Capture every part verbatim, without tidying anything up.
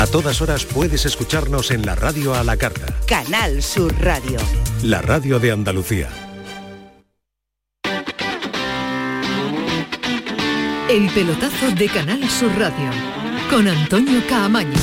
A todas horas puedes escucharnos en la radio a la carta. Canal Sur Radio. La radio de Andalucía. El pelotazo de Canal Sur Radio con Antonio Caamaño.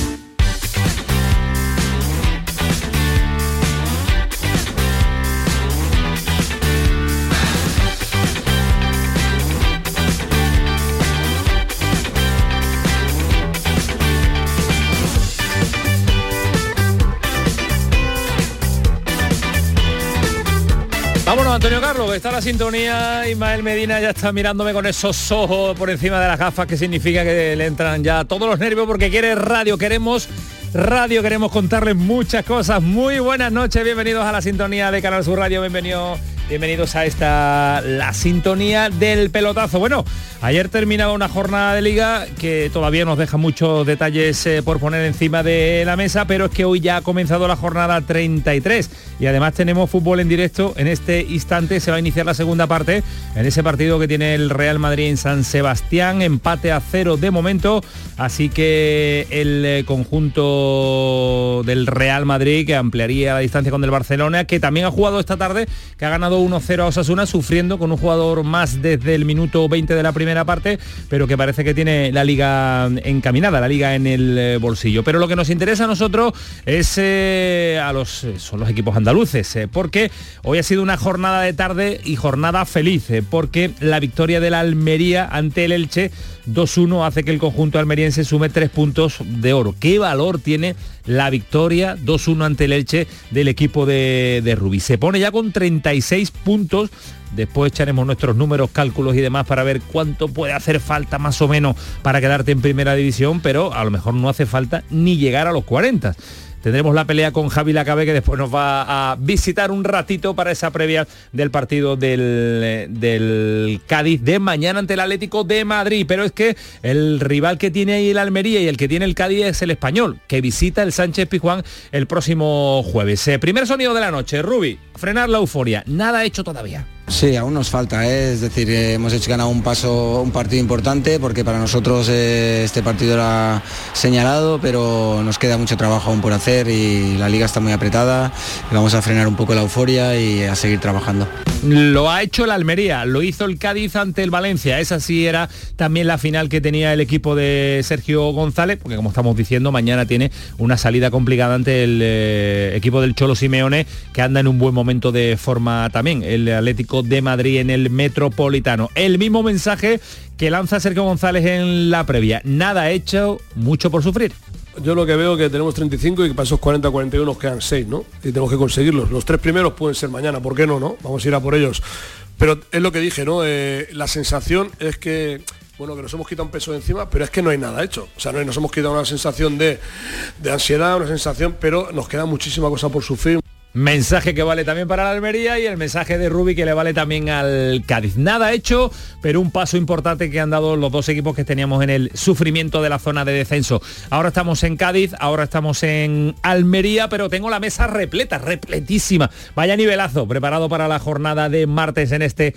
Vámonos, Antonio Carlos, que está la sintonía. Ismael Medina ya está mirándome con esos ojos por encima de las gafas, que significa que le entran ya todos los nervios porque quiere radio. Queremos radio, queremos contarles muchas cosas. Muy buenas noches, bienvenidos a la sintonía de Canal Sur Radio, bienvenidos. Bienvenidos a esta, la sintonía del pelotazo. Bueno, ayer terminaba una jornada de liga que todavía nos deja muchos detalles eh, por poner encima de la mesa, pero es que hoy ya ha comenzado la jornada treinta y tres y además tenemos fútbol en directo. En este instante se va a iniciar la segunda parte en ese partido que tiene el Real Madrid en San Sebastián, empate a cero de momento, así que el conjunto del Real Madrid, que ampliaría la distancia con el Barcelona, que también ha jugado esta tarde, que ha ganado uno cero a Osasuna, sufriendo con un jugador más desde el minuto veinte de la primera parte, pero que parece que tiene la liga encaminada, la liga en el bolsillo. Pero lo que nos interesa a nosotros es eh, a los son los equipos andaluces, eh, porque hoy ha sido una jornada de tarde y jornada feliz, eh, porque la victoria de la Almería ante el Elche dos uno hace que el conjunto almeriense sume tres puntos de oro. ¿Qué valor tiene la victoria dos uno ante el Elche del equipo de, de Rubí? Se pone ya con treinta y seis puntos. Después echaremos nuestros números, cálculos y demás para ver cuánto puede hacer falta más o menos para quedarte en primera división, pero a lo mejor no hace falta ni llegar a los cuarenta. Tendremos la pelea con Javi Lacabe, que después nos va a visitar un ratito para esa previa del partido del, del Cádiz de mañana ante el Atlético de Madrid. Pero es que el rival que tiene ahí el Almería y el que tiene el Cádiz es el Español, que visita el Sánchez Pizjuán el próximo jueves. Eh, primer sonido de la noche, Rubi, frenar la euforia. Nada hecho todavía. Sí, aún nos falta, ¿eh? Es decir, eh, hemos hecho ganado un paso, un partido importante, porque para nosotros eh, este partido era señalado, pero nos queda mucho trabajo aún por hacer y la liga está muy apretada y vamos a frenar un poco la euforia y a seguir trabajando. Lo ha hecho el Almería, lo hizo el Cádiz ante el Valencia. Esa sí era también la final que tenía el equipo de Sergio González, porque como estamos diciendo, mañana tiene una salida complicada ante el eh, equipo del Cholo Simeone, que anda en un buen momento de forma también, el Atlético de Madrid en el Metropolitano. El mismo mensaje que lanza Sergio González en la previa: nada hecho, mucho por sufrir. Yo lo que veo es que tenemos treinta y cinco y que para esos cuarenta cuarenta y uno nos quedan seis, ¿no? Y tenemos que conseguirlos. Los tres primeros pueden ser mañana, ¿por qué no, no? Vamos a ir a por ellos. Pero es lo que dije, ¿no? Eh, la sensación es que, bueno, que nos hemos quitado un peso de encima, pero es que no hay nada hecho. O sea, no hay, nos hemos quitado una sensación de, de ansiedad, una sensación, pero nos queda muchísima cosa por sufrir. Mensaje que vale también para la Almería y el mensaje de Rubi que le vale también al Cádiz. Nada hecho, pero un paso importante que han dado los dos equipos que teníamos en el sufrimiento de la zona de descenso. Ahora estamos en Cádiz, ahora estamos en Almería, pero tengo la mesa repleta, repletísima. Vaya nivelazo preparado para la jornada de martes en este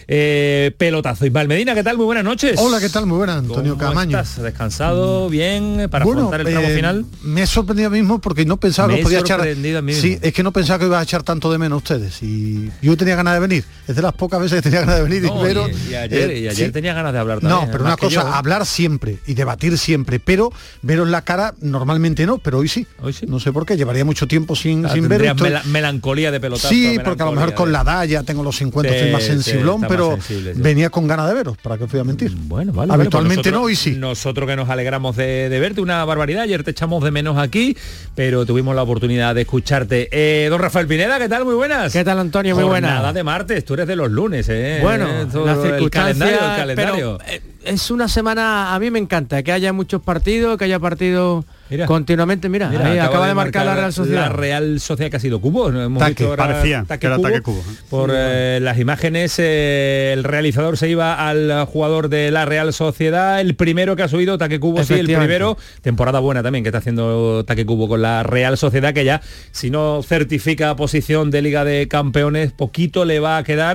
eh, pelotazo. Ismael Medina, ¿qué tal? Muy buenas noches. Hola, ¿qué tal? Muy buenas, Antonio Caamaño. ¿Estás descansado bien para bueno, afrontar el tramo eh, final? Me he sorprendido mismo porque no pensaba me que podía echar. A mí mismo. Sí, es que no pensaba que iba a echar tanto de menos a ustedes y yo tenía ganas de venir. Es de las pocas veces que tenía ganas de venir. No, y, pero, y, y ayer, eh, y ayer sí. tenía ganas de hablar también. No, pero una cosa, yo, ¿eh? hablar siempre y debatir siempre, pero veros la cara normalmente no, pero hoy sí. Hoy sí. No sé por qué, llevaría mucho tiempo sin, claro, sin ver. Mel melancolía de pelotazo. Sí, porque a lo mejor con de... la edad ya tengo los cincuenta, sí, estoy más sensiblón, sí, pero más sensible, sí. venía con ganas de veros, para que fui a mentir. Bueno, vale. Habitualmente vale, pues nosotros, no, hoy sí. Nosotros que nos alegramos de, de verte, una barbaridad. Ayer te echamos de menos aquí, pero tuvimos la oportunidad de escucharte. Eh, don Rafael Pineda, ¿qué tal? Muy buenas. ¿Qué tal, Antonio? Muy buena. Nada de martes, tú eres de los lunes, ¿eh? Bueno, la circunstancia, el calendario, el calendario. Pero, eh, es una semana, a mí me encanta, que haya muchos partidos, que haya partidos mira, continuamente. Mira, mira ahí acaba, acaba de, de marcar la Real Sociedad. La Real Sociedad que ha sido Cubo. ¿No? Hemos taque, visto parecía taque que era Cubo. taque Cubo. Por eh, las imágenes, eh, el realizador se iba al jugador de la Real Sociedad, el primero que ha subido, taque Cubo, sí, el primero. Temporada buena también que está haciendo taque Cubo con la Real Sociedad, que ya, si no certifica posición de Liga de Campeones, poquito le va a quedar.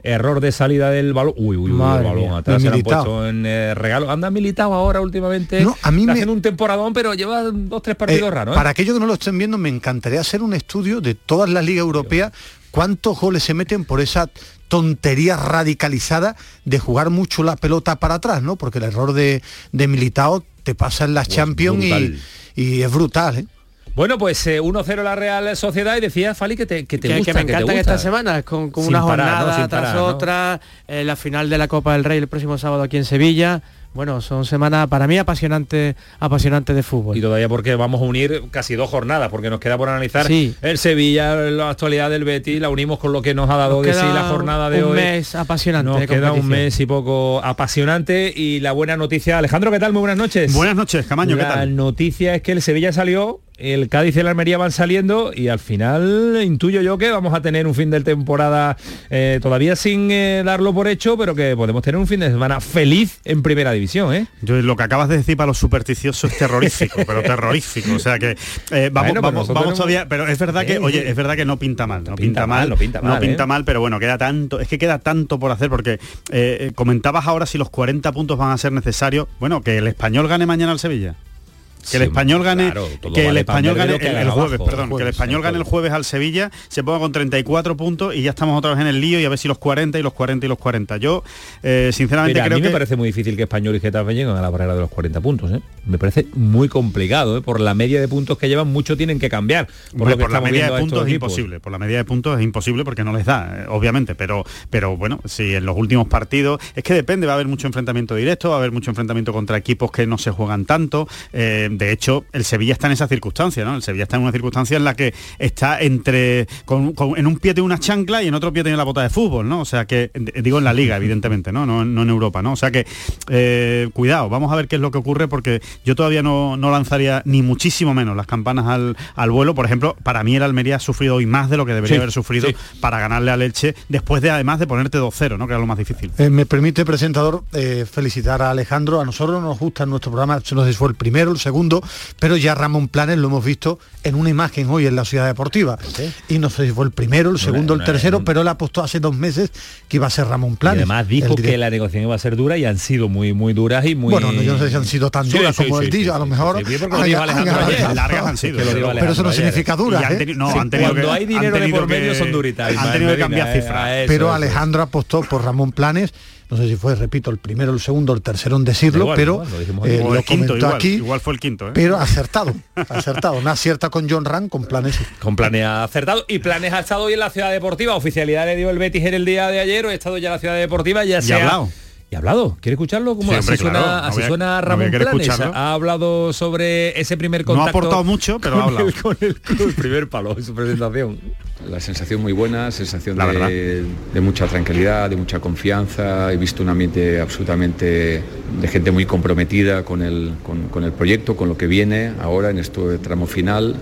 error de salida del balón. Uy, uy, uy, el balón mía. atrás se lo han Militao. puesto en eh, regalo. Anda militado ahora últimamente. No, a mí Está me- haciendo un temporadón, pero lleva dos, tres partidos Eh, raros. ¿eh? Para aquellos que no lo estén viendo, me encantaría hacer un estudio de todas las ligas europeas, cuántos goles se meten por esa tontería radicalizada de jugar mucho la pelota para atrás, ¿no? Porque el error de, de Militao te pasa en las Pues Champions brutal. y, y es brutal, ¿eh? Bueno, pues eh, uno cero la Real Sociedad y decía Fali que te, que te que, gusta. que me te encantan gusta. estas semanas, con, con Sin una parar, ¿no? jornada Sin tras parar, ¿no? otra, eh, la final de la Copa del Rey el próximo sábado aquí en Sevilla. Bueno, son semanas para mí apasionantes apasionantes de fútbol. Y todavía porque vamos a unir casi dos jornadas, porque nos queda por analizar Sí. el Sevilla, la actualidad del Betis, la unimos con lo que nos ha dado Nos de sí queda la jornada de un hoy. mes apasionante Nos de queda un competición. mes y poco apasionante y la buena noticia, Alejandro, ¿qué tal? Muy buenas noches. Buenas noches, Camaño, ¿qué La tal? noticia es que el Sevilla salió, el Cádiz y el Almería van saliendo y al final intuyo yo que vamos a tener un fin de temporada eh, todavía sin eh, darlo por hecho, pero que podemos tener un fin de semana feliz en primera división, ¿eh? Yo, lo que acabas de decir para los supersticiosos es terrorífico, pero terrorífico. O sea que eh, vamos, Bueno, pero vamos, nosotros vamos hemos- todavía. Pero es verdad que, Sí, oye, sí. es verdad que no pinta mal, no, No pinta, pinta mal, mal, no pinta mal, pinta ¿eh? mal, pero bueno, queda tanto, es que queda tanto por hacer porque eh, comentabas ahora si los cuarenta puntos van a ser necesarios. Bueno, que el Español gane mañana al Sevilla. Que el Sí, Español gane, claro, todo que el vale para Español ver gane lo que el, hagan el jueves, abajo, perdón, el que el jueves, Español el gane el jueves. jueves al Sevilla, se ponga con treinta y cuatro puntos y ya estamos otra vez en el lío y a ver si los cuarenta y los cuarenta y los cuarenta. Yo, eh, sinceramente, Mira, a creo mí me que parece muy difícil que Español y Getafe lleguen a la barrera de los cuarenta puntos, ¿eh? Me parece muy complicado, ¿eh? Por la media de puntos que llevan, mucho tienen que cambiar. Por, Bueno, lo que por la estamos media viendo de a puntos estos es equipos. imposible, por la media de puntos es imposible porque no les da, eh, obviamente, pero pero bueno, si en los últimos partidos, es que depende, va a haber mucho enfrentamiento directo, va a haber mucho enfrentamiento contra equipos que no se juegan tanto, eh, de hecho, el Sevilla está en esa circunstancia, ¿no? El Sevilla está en una circunstancia en la que está entre, con, con- en un pie tiene una chancla y en otro pie tiene la bota de fútbol, ¿no? O sea que, eh, digo en la Liga, evidentemente, ¿no? No, no en Europa, ¿no? O sea que, eh, cuidado, vamos a ver qué es lo que ocurre porque yo todavía no, no lanzaría ni muchísimo menos las campanas al, al vuelo. Por ejemplo, para mí el Almería ha sufrido hoy más de lo que debería Sí, haber sufrido sí. para ganarle al Elche, después de además de ponerte dos cero, ¿no? Que era lo más difícil. Eh, me permite, presentador, eh, felicitar a Alejandro. A nosotros nos gusta en nuestro programa, no sé si fue el primero, el segundo, pero ya Ramón Planes lo hemos visto en una imagen hoy en la Ciudad Deportiva. Y no sé si fue el primero, el segundo, una- el tercero, una- pero él apostó hace dos meses que iba a ser Ramón Y Planes. además dijo el que direct- la negociación iba a ser dura y han sido muy muy duras y muy... Bueno, no, yo no sé si han sido tan Sí, duras sí, como sí, el sí, Dillo, sí, a lo sí, mejor... sí, sí, porque lo han- dijo han Alejandro ganado ayer. tanto. Largas han sido, Que lo dijo pero Pero eso no Alejandro ayer. significa Y duras, han ¿eh? tenido- no, Sí, han tenido cuando que- hay han dinero de tenido por medio que- son duritas. han Ismael tenido que Medina, cambiar eh, cifras. a eso, Pero eso. Alejandro apostó por Ramón Planes, no sé si fue, repito, el primero, el segundo, el tercero en decirlo, Igual, pero igual, lo dijimos eh, aquí. O lo el quinto, comentó igual, aquí, igual fue el quinto, ¿eh? pero acertado, acertado. No acierta con John Ran, con Planes. Con Planes ha acertado y Planes ha estado hoy en la Ciudad Deportiva. Oficialidad le dio el Betis en el día de ayer. Hoy ha estado ya en la Ciudad Deportiva. Ya Y se ha ha hablado. Y ha hablado. ¿Quiere escucharlo? ¿Cómo? Sí, así hombre, suena, claro. No así voy a- suena no voy a Ramón querer Planes. escucharlo. Ha hablado sobre ese primer contacto. No ha aportado mucho, pero con ha hablado. el- con el, con el primer palo en su presentación. La sensación muy buena, sensación La verdad. de, de mucha tranquilidad, de mucha confianza. He visto un ambiente absolutamente de gente muy comprometida con el, con, con el proyecto, con lo que viene ahora en este tramo final.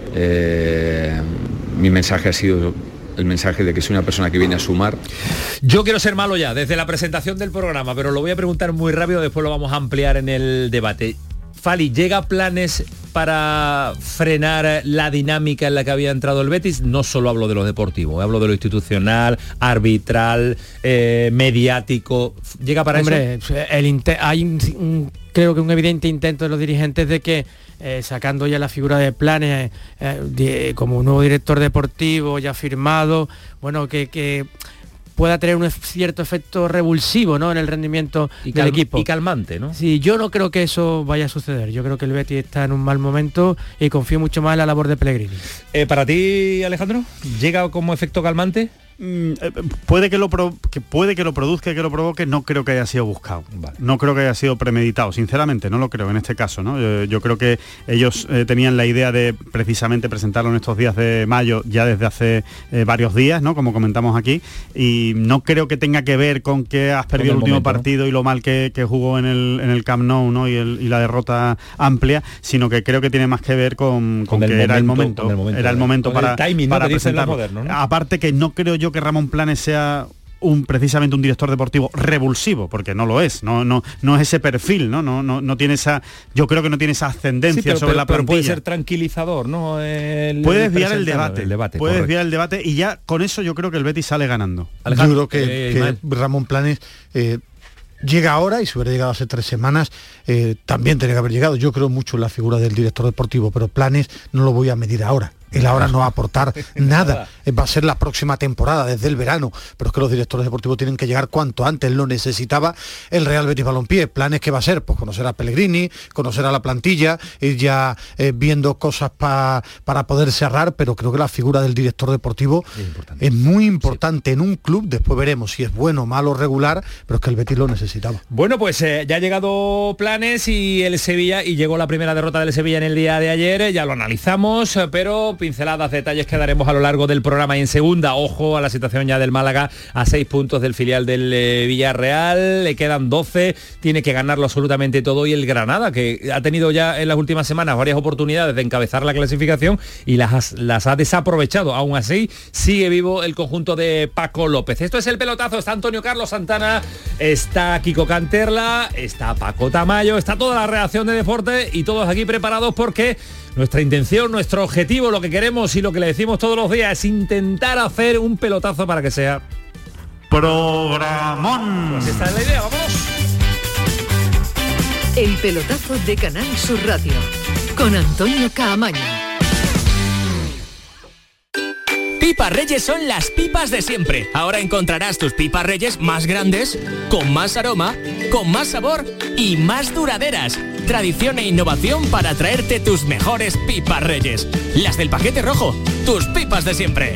Eh, mi mensaje ha sido el mensaje de que soy una persona que viene a sumar. Yo quiero ser malo ya, desde la presentación del programa, pero lo voy a preguntar muy rápido, después lo vamos a ampliar en el debate. Fali, ¿llega Planes para frenar la dinámica en la que había entrado el Betis? No solo hablo de lo deportivo, hablo de lo institucional, arbitral, eh, mediático. ¿Llega para Hombre, eso? el inte- hay un, un- creo que un evidente intento de los dirigentes de que eh, sacando ya la figura de Planes eh, de- como un nuevo director deportivo ya firmado, bueno, que, que pueda tener un cierto efecto revulsivo, ¿no?, en el rendimiento Y, del cal- equipo. y calmante, ¿no? Sí, yo no creo que eso vaya a suceder. Yo creo que el Betis está en un mal momento y confío mucho más en la labor de Pellegrini. Eh, ¿Para ti, Alejandro? ¿Llega como efecto calmante? Mm, eh, puede que lo pro- que puede que lo produzca y que lo provoque, no creo que haya sido buscado. Vale. No creo que haya sido premeditado, sinceramente, no lo creo en este caso, ¿no? Yo, yo creo que ellos eh, tenían la idea de precisamente presentarlo en estos días de mayo ya desde hace eh, varios días, ¿no? Como comentamos aquí, y no creo que tenga que ver con que has perdido el el último momento, ¿no? partido y lo mal que, que jugó en el, en el Camp Nou, ¿no? Y, el- y la derrota amplia, sino que creo que tiene más que ver con, con Con el que era el momento, momento, con el momento, era el ¿no? momento Con el para, timing, ¿no?, para que dicen los presentarlo. modernos, ¿no? Aparte que no creo yo que Ramón Planes sea un precisamente un director deportivo revulsivo, porque no lo es, no no no es ese perfil, no no no, no tiene esa, yo creo que no tiene esa ascendencia sí, pero, sobre pero, la plantilla. Pero puede ser tranquilizador, ¿no? El, puede desviar el debate, el debate puede correcto. desviar el debate y ya con eso yo creo que el Betis sale ganando. Alejandro, yo creo que, eh, que Ramón Planes eh, llega ahora, y si hubiera llegado hace tres semanas eh, también tenía que haber llegado. Yo creo mucho en la figura del director deportivo, pero Planes no lo voy a medir ahora. Él ahora no va a aportar nada. Va a ser la próxima temporada, desde el verano. Pero es que los directores deportivos tienen que llegar cuanto antes. Él lo necesitaba el Real Betis Balompié. ¿Planes qué va a ser? Pues conocer a Pellegrini, conocer a la plantilla, ir ya eh, viendo cosas pa, para poder cerrar, pero creo que la figura del director deportivo es, es muy importante sí. en un club. Después veremos si es bueno, malo, regular, pero es que el Betis lo necesitaba. Bueno, pues eh, ya ha llegado Planes y el Sevilla, y llegó la primera derrota del Sevilla en el día de ayer. Ya lo analizamos, pero pinceladas, detalles que daremos a lo largo del programa. Y en segunda, ojo a la situación ya del Málaga, a seis puntos del filial del eh, Villarreal, le quedan doce, tiene que ganarlo absolutamente todo, y el Granada, que ha tenido ya en las últimas semanas varias oportunidades de encabezar la clasificación y las, las ha desaprovechado. Aún así, sigue vivo el conjunto de Paco López. Esto es El Pelotazo, está Antonio Carlos Santana, está Kiko Canterla, está Paco Tamayo, está toda la redacción de deporte y todos aquí preparados, porque nuestra intención, nuestro objetivo, lo que queremos y lo que le decimos todos los días es intentar hacer un pelotazo para que sea programón. Pues esta es la idea, vámonos. El Pelotazo de Canal Sur Radio con Antonio Caamaño. Pipas Reyes son las pipas de siempre. Ahora encontrarás tus pipas Reyes más grandes, con más aroma, con más sabor y más duraderas. Tradición e innovación para traerte tus mejores pipas Reyes. Las del paquete rojo, tus pipas de siempre.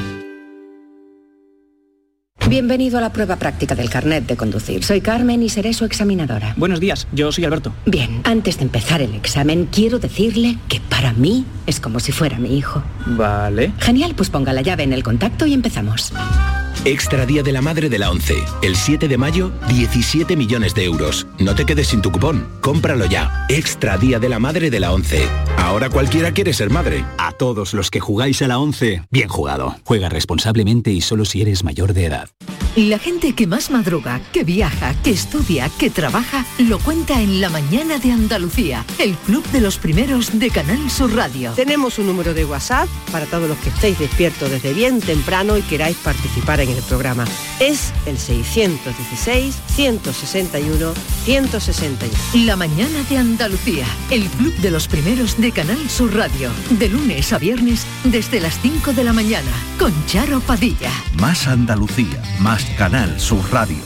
Bienvenido a la prueba práctica del carnet de conducir. Soy Carmen y seré su examinadora. Buenos días, yo soy Alberto. Bien, antes de empezar el examen, quiero decirle que para mí es como si fuera mi hijo. Vale. Genial, pues ponga la llave en el contacto y empezamos. Extra Día de la Madre de la ONCE. El siete de mayo, diecisiete millones de euros. No te quedes sin tu cupón. Cómpralo ya. Extra Día de la Madre de la ONCE. Ahora cualquiera quiere ser madre. A todos los que jugáis a la ONCE, bien jugado. Juega responsablemente y solo si eres mayor de edad. La gente que más madruga, que viaja, que estudia, que trabaja, lo cuenta en La Mañana de Andalucía, el club de los primeros de Canal Sur Radio. Tenemos un número de WhatsApp para todos los que estéis despiertos desde bien temprano y queráis participar en el programa. Es el seiscientos dieciséis, ciento sesenta y uno, ciento sesenta y uno. La Mañana de Andalucía, el club de los primeros de Canal Sur Radio, de lunes a viernes desde las cinco de la mañana, con Charo Padilla. Más Andalucía, más Canal Sur Radio.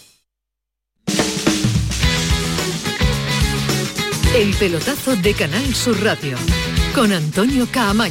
El Pelotazo de Canal Sur Radio, con Antonio Caamaño.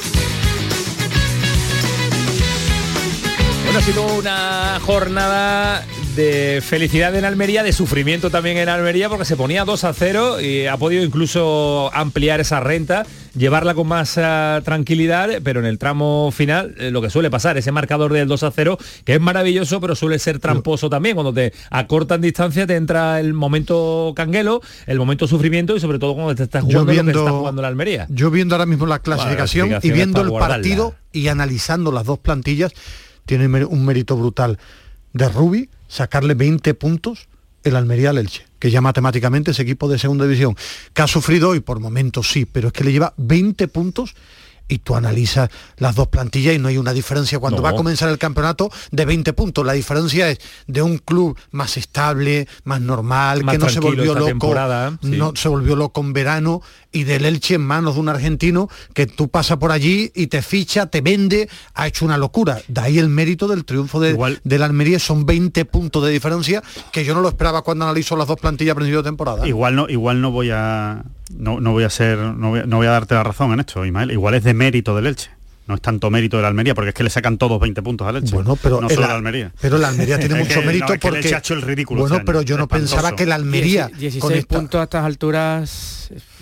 Bueno, ha sido una jornada de felicidad en Almería, de sufrimiento también en Almería, porque se ponía dos a cero y ha podido incluso ampliar esa renta, llevarla con más uh, tranquilidad, pero en el tramo final eh, lo que suele pasar, ese marcador del dos a cero, que es maravilloso, pero suele ser tramposo también. Cuando te acortan distancia te entra el momento canguelo, el momento sufrimiento, y sobre todo cuando te estás jugando viendo, lo que está jugando la Almería. Yo viendo ahora mismo la clasificación, bueno, la y viendo el partido y analizando las dos plantillas, tiene un mérito brutal de Rubi sacarle veinte puntos el Almería al Elche, que ya matemáticamente es equipo de segunda división, que ha sufrido hoy por momentos sí, pero es que le lleva veinte puntos, y tú analizas las dos plantillas y no hay una diferencia cuando no. va a comenzar el campeonato de veinte puntos. La diferencia es de un club más estable, más normal, más que no se volvió loco, sí. no se volvió loco en verano, y del Elche en manos de un argentino que tú pasas por allí y te ficha, te vende, ha hecho una locura. De ahí el mérito del triunfo de, Igual, del Almería, son veinte puntos de diferencia, que yo no lo esperaba cuando analizo las dos plantillas a principio de temporada. Igual no, igual no voy a no, no voy a ser, no voy, no voy a darte la razón en esto, Ismael. Igual es de mérito del Elche. No es tanto mérito de la Almería, porque es que le sacan todos veinte puntos al Elche. Bueno, pero no solo la Almería. Pero la Almería tiene mucho que, mérito no, es que porque el Elche ha hecho el ridículo. Bueno, pero yo no espantoso. pensaba que la Almería dieciséis esta... puntos a estas alturas.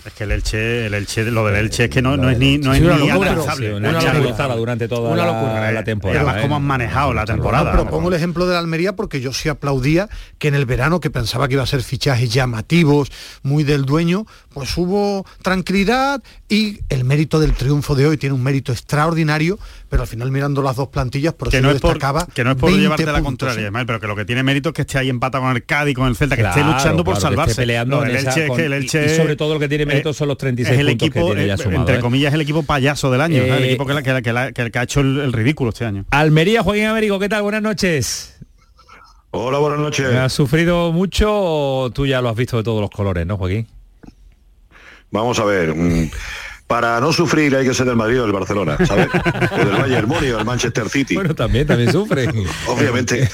Es que el Elche, el Elche, lo del Elche es que no, no es ni no sí, es una ni locura, alcanzable. sí, una locura durante toda una la, locura. la temporada. Además, cómo han manejado la temporada. Pero pongo el ejemplo de la Almería porque yo sí aplaudía que en el verano, que pensaba que iba a ser fichajes llamativos, muy del dueño, pues hubo tranquilidad y el mérito del triunfo de hoy tiene un mérito extraordinario, pero al final mirando las dos plantillas, por que eso no yo es por, destacaba que no es por llevarte la puntos, contraria, ¿eh? Ismael, pero que lo que tiene mérito es que esté ahí empata con el Cádiz, con el Celta, que Claro, esté luchando por claro, salvarse. que esté peleando el en esa, Elche, con, que el Elche, y sobre todo lo que tiene mérito eh, son los treinta y seis es el puntos equipo, que tiene ya eh, sumado, entre ¿eh? comillas, el equipo payaso del año, Eh, ¿sabes? El equipo que, la, que, la, que, la, que, que ha hecho el, el ridículo este año. Almería, Joaquín Américo, ¿qué tal? Buenas noches. Hola, buenas noches. ¿Has sufrido mucho o tú ya lo has visto de todos los colores, no, Joaquín? Vamos a ver. Mmm, para no sufrir hay que ser del Madrid o del Barcelona, ¿sabes? O del Bayern Múnich o del Manchester City. Bueno, también, también sufre. Obviamente.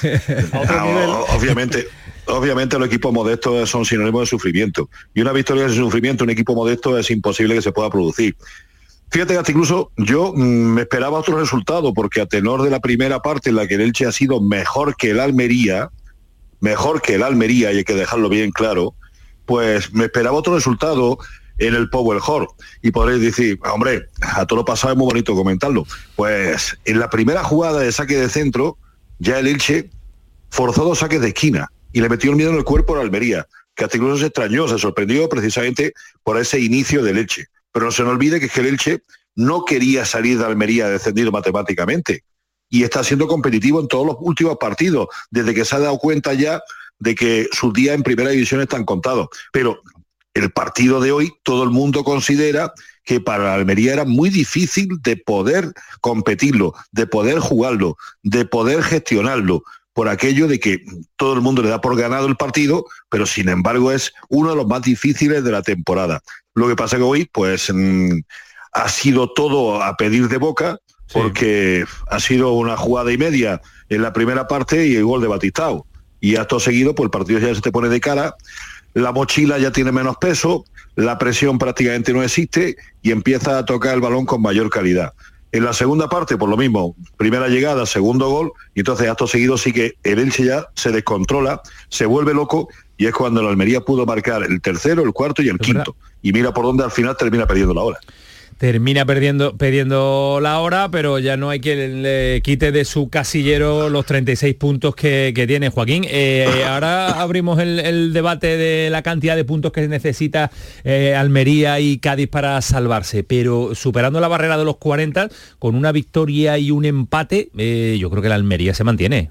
ah, obviamente. Obviamente los equipos modestos son sinónimos de sufrimiento. Y una victoria de sufrimiento, un equipo modesto, es imposible que se pueda producir. Fíjate que hasta incluso yo mmm, me esperaba otro resultado, porque a tenor de la primera parte en la que el Elche ha sido mejor que el Almería, mejor que el Almería, y hay que dejarlo bien claro, pues me esperaba otro resultado en el Power Hall. Y podréis decir, hombre, a todo lo pasado es muy bonito comentarlo. Pues en la primera jugada de saque de centro, ya el Elche forzó dos saques de esquina y le metió el miedo en el cuerpo a la Almería, que hasta incluso se extrañó, se sorprendió precisamente por ese inicio del Elche. Pero no se nos olvide que es que el Elche no quería salir de Almería descendido matemáticamente y está siendo competitivo en todos los últimos partidos, desde que se ha dado cuenta ya de que sus días en primera división están contados. Pero el partido de hoy, todo el mundo considera que para la Almería era muy difícil de poder competirlo, de poder jugarlo, de poder gestionarlo, por aquello de que todo el mundo le da por ganado el partido, pero sin embargo es uno de los más difíciles de la temporada. Lo que pasa que hoy, pues, mmm, ha sido todo a pedir de boca, sí, porque ha sido una jugada y media en la primera parte y el gol de Batistao. Y acto seguido, pues el partido ya se te pone de cara, la mochila ya tiene menos peso, la presión prácticamente no existe y empieza a tocar el balón con mayor calidad. En la segunda parte, por lo mismo, primera llegada, segundo gol, y entonces acto seguido sí que el Elche ya se descontrola, se vuelve loco, y es cuando la Almería pudo marcar el tercero, el cuarto y el quinto. Y mira por dónde al final termina perdiendo la hora. Termina perdiendo, perdiendo la hora, pero ya no hay quien le quite de su casillero los treinta y seis puntos que, que tiene Joaquín. Eh, ahora abrimos el, el debate de la cantidad de puntos que necesita eh, Almería y Cádiz para salvarse, pero superando la barrera de los cuarenta, con una victoria y un empate, eh, yo creo que la Almería se mantiene.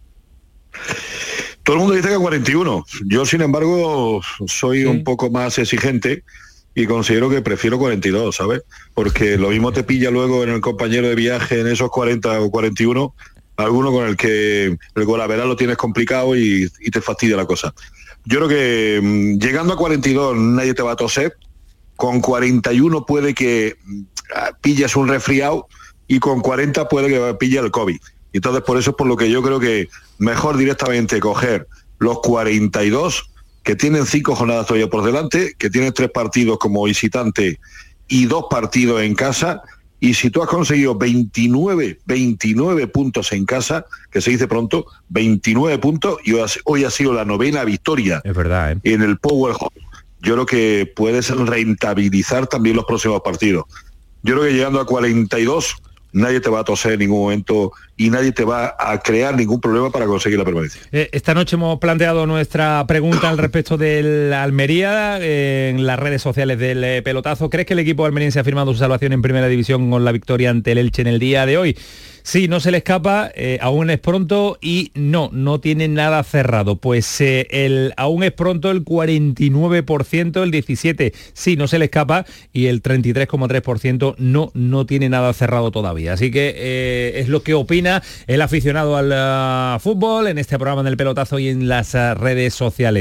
Todo el mundo dice que cuarenta y uno. Yo, sin embargo, soy sí. un poco más exigente y considero que prefiero cuarenta y dos, ¿sabes? Porque lo mismo te pilla luego en el compañero de viaje en esos cuarenta o cuarenta y uno, alguno con el que el golaveral lo tienes complicado y, y te fastidia la cosa. Yo creo que mmm, llegando a cuarenta y dos nadie te va a toser, con cuarenta y uno puede que uh, pilles un resfriado y con cuarenta puede que pille el COVID. Entonces por eso es por lo que yo creo que mejor directamente coger los cuarenta y dos, que tienen cinco jornadas todavía por delante, que tienen tres partidos como visitante y dos partidos en casa, y si tú has conseguido veintinueve, veintinueve puntos en casa, que se dice pronto, veintinueve puntos, y hoy ha sido la novena victoria, es verdad, ¿eh? En el Power Hall, yo creo que puedes rentabilizar también los próximos partidos. Yo creo que llegando a cuarenta y dos, nadie te va a toser en ningún momento y nadie te va a crear ningún problema para conseguir la permanencia. Eh, esta noche hemos planteado nuestra pregunta al respecto del Almería eh, en las redes sociales del eh, pelotazo. ¿Crees que el equipo almeriense ha firmado su salvación en primera división con la victoria ante el Elche en el día de hoy? Sí, no se le escapa, eh, aún es pronto, y no, no tiene nada cerrado. Pues eh, el aún es pronto el cuarenta y nueve por ciento, el diecisiete por ciento sí, no se le escapa, y el treinta y tres coma tres por ciento no, no tiene nada cerrado todavía. Así que eh, es lo que opina el aficionado al uh, fútbol en este programa del pelotazo y en las uh, redes sociales.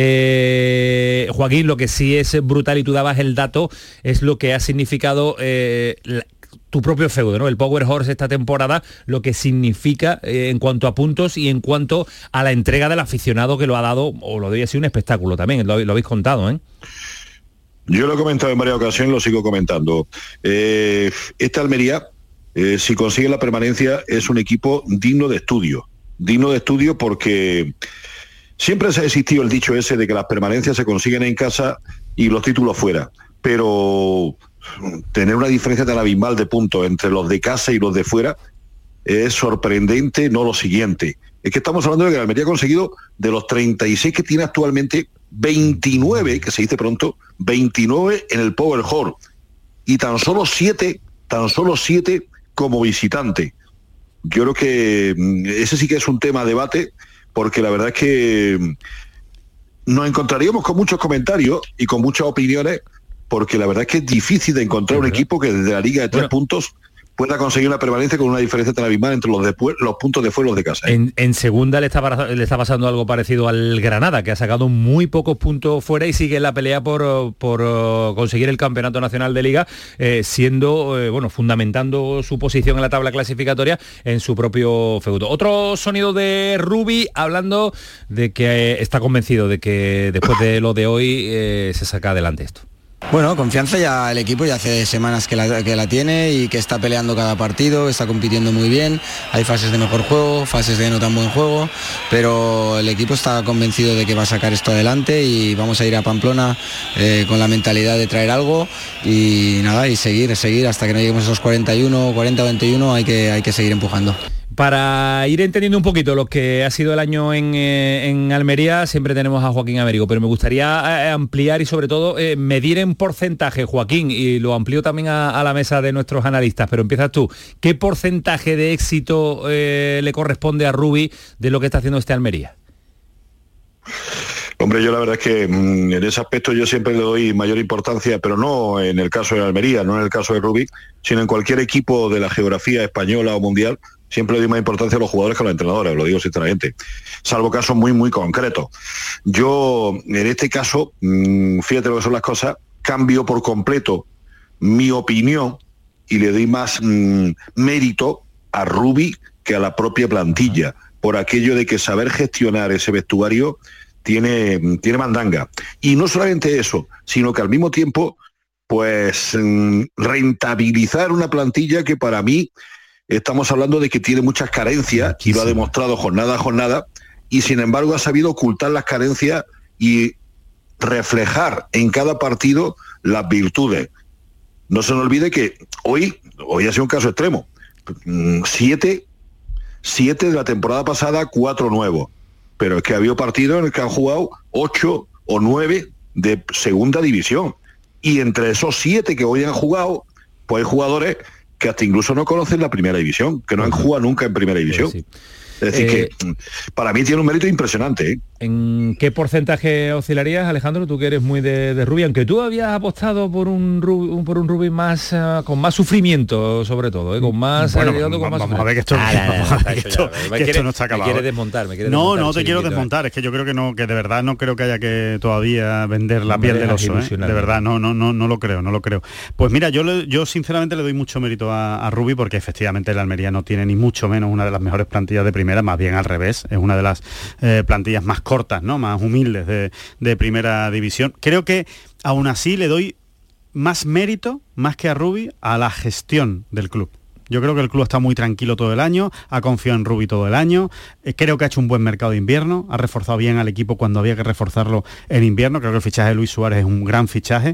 Eh, Joaquín, lo que sí es brutal, y tú dabas el dato, es lo que ha significado eh, la, tu propio feudo, ¿no? El Power Horse esta temporada, lo que significa eh, en cuanto a puntos y en cuanto a la entrega del aficionado que lo ha dado, o lo debe ser un espectáculo también, lo, lo habéis contado, ¿eh? Yo lo he comentado en varias ocasiones, lo sigo comentando. Eh, esta Almería, eh, si consigue la permanencia, es un equipo digno de estudio, digno de estudio porque siempre se ha existido el dicho ese de que las permanencias se consiguen en casa y los títulos fuera. pero tener una diferencia tan abismal de puntos entre los de casa y los de fuera es sorprendente, no lo siguiente. Es que estamos hablando de que la Almería ha conseguido, de los treinta y seis que tiene actualmente, veintinueve, que se dice pronto, veintinueve en el Powerhall. Y tan solo siete, tan solo siete como visitante. Yo creo que ese sí que es un tema a debate, porque la verdad es que nos encontraríamos con muchos comentarios y con muchas opiniones, porque la verdad es que es difícil de encontrar un equipo que desde la liga de tres bueno. puntos pueda conseguir una permanencia con una diferencia tan abismal entre los, de, los puntos de fuera y los de casa. ¿eh? En, en segunda le está, le está pasando algo parecido al Granada, que ha sacado muy pocos puntos fuera y sigue en la pelea por, por uh, conseguir el campeonato nacional de liga, eh, siendo, eh, bueno, fundamentando su posición en la tabla clasificatoria en su propio feudo. Otro sonido de Rubi hablando de que eh, está convencido de que después de lo de hoy eh, se saca adelante esto. Bueno, confianza ya el equipo, ya hace semanas que la, que la tiene y que está peleando cada partido, está compitiendo muy bien, hay fases de mejor juego, fases de no tan buen juego, pero el equipo está convencido de que va a sacar esto adelante y vamos a ir a Pamplona eh, con la mentalidad de traer algo y nada, y seguir, seguir hasta que no lleguemos a esos cuarenta y uno, cuarenta, veintiuno, hay que, hay que seguir empujando. Para ir entendiendo un poquito lo que ha sido el año en, eh, en Almería, siempre tenemos a Joaquín Américo, pero me gustaría eh, ampliar y sobre todo eh, medir en porcentaje, Joaquín, y lo amplío también a, a la mesa de nuestros analistas, pero empiezas tú. ¿Qué porcentaje de éxito eh, le corresponde a Rubi de lo que está haciendo este Almería? Hombre, yo la verdad es que mmm, en ese aspecto yo siempre le doy mayor importancia, pero no en el caso de Almería, no en el caso de Rubi, sino en cualquier equipo de la geografía española o mundial. Siempre le doy más importancia a los jugadores que a los entrenadores, lo digo sinceramente, salvo casos muy, muy concretos. Yo, en este caso, mmm, fíjate lo que son las cosas, cambio por completo mi opinión y le doy más mmm, mérito a Rubi que a la propia plantilla, por aquello de que saber gestionar ese vestuario tiene, tiene mandanga. Y no solamente eso, sino que al mismo tiempo, pues, mmm, rentabilizar una plantilla que para mí... Estamos hablando de que tiene muchas carencias y lo ha demostrado jornada a jornada y sin embargo ha sabido ocultar las carencias y reflejar en cada partido las virtudes. No se nos olvide que hoy, hoy ha sido un caso extremo. Siete, siete de la temporada pasada, cuatro nuevos. Pero es que ha habido partidos en los que han jugado ocho o nueve de segunda división. Y entre esos siete que hoy han jugado, pues hay jugadores que hasta incluso no conocen la primera división, que no han jugado nunca en primera división. Sí, sí. Es decir, eh, que para mí tiene un mérito impresionante. ¿eh? ¿En qué porcentaje oscilarías, Alejandro? Tú que eres muy de, de Rubi, aunque tú habías apostado por un Rubi, por un Rubi más uh, con más sufrimiento, sobre todo, ¿eh? con más... Bueno, con vamos, más vamos a ver que esto, ah, no, no, no, que esto, ya, que esto no está acabado. Me quieres desmontar, me quieres no, desmontar. No, no te quiero desmontar, es que yo creo que no, que de verdad no creo que haya que todavía vender la no piel del oso, ¿eh? De verdad, no, no, no, no lo creo, no lo creo. Pues mira, yo, le, yo sinceramente le doy mucho mérito a, a Rubi porque efectivamente el Almería no tiene ni mucho menos una de las mejores plantillas de primera, más bien al revés, es una de las eh, plantillas más cortas, ¿no? Más humildes de, de primera división. Creo que aún así le doy más mérito, más que a Rubi, a la gestión del club. Yo creo que el club está muy tranquilo todo el año, ha confiado en Rubi todo el año, eh, creo que ha hecho un buen mercado de invierno, ha reforzado bien al equipo cuando había que reforzarlo en invierno, creo que el fichaje de Luis Suárez es un gran fichaje,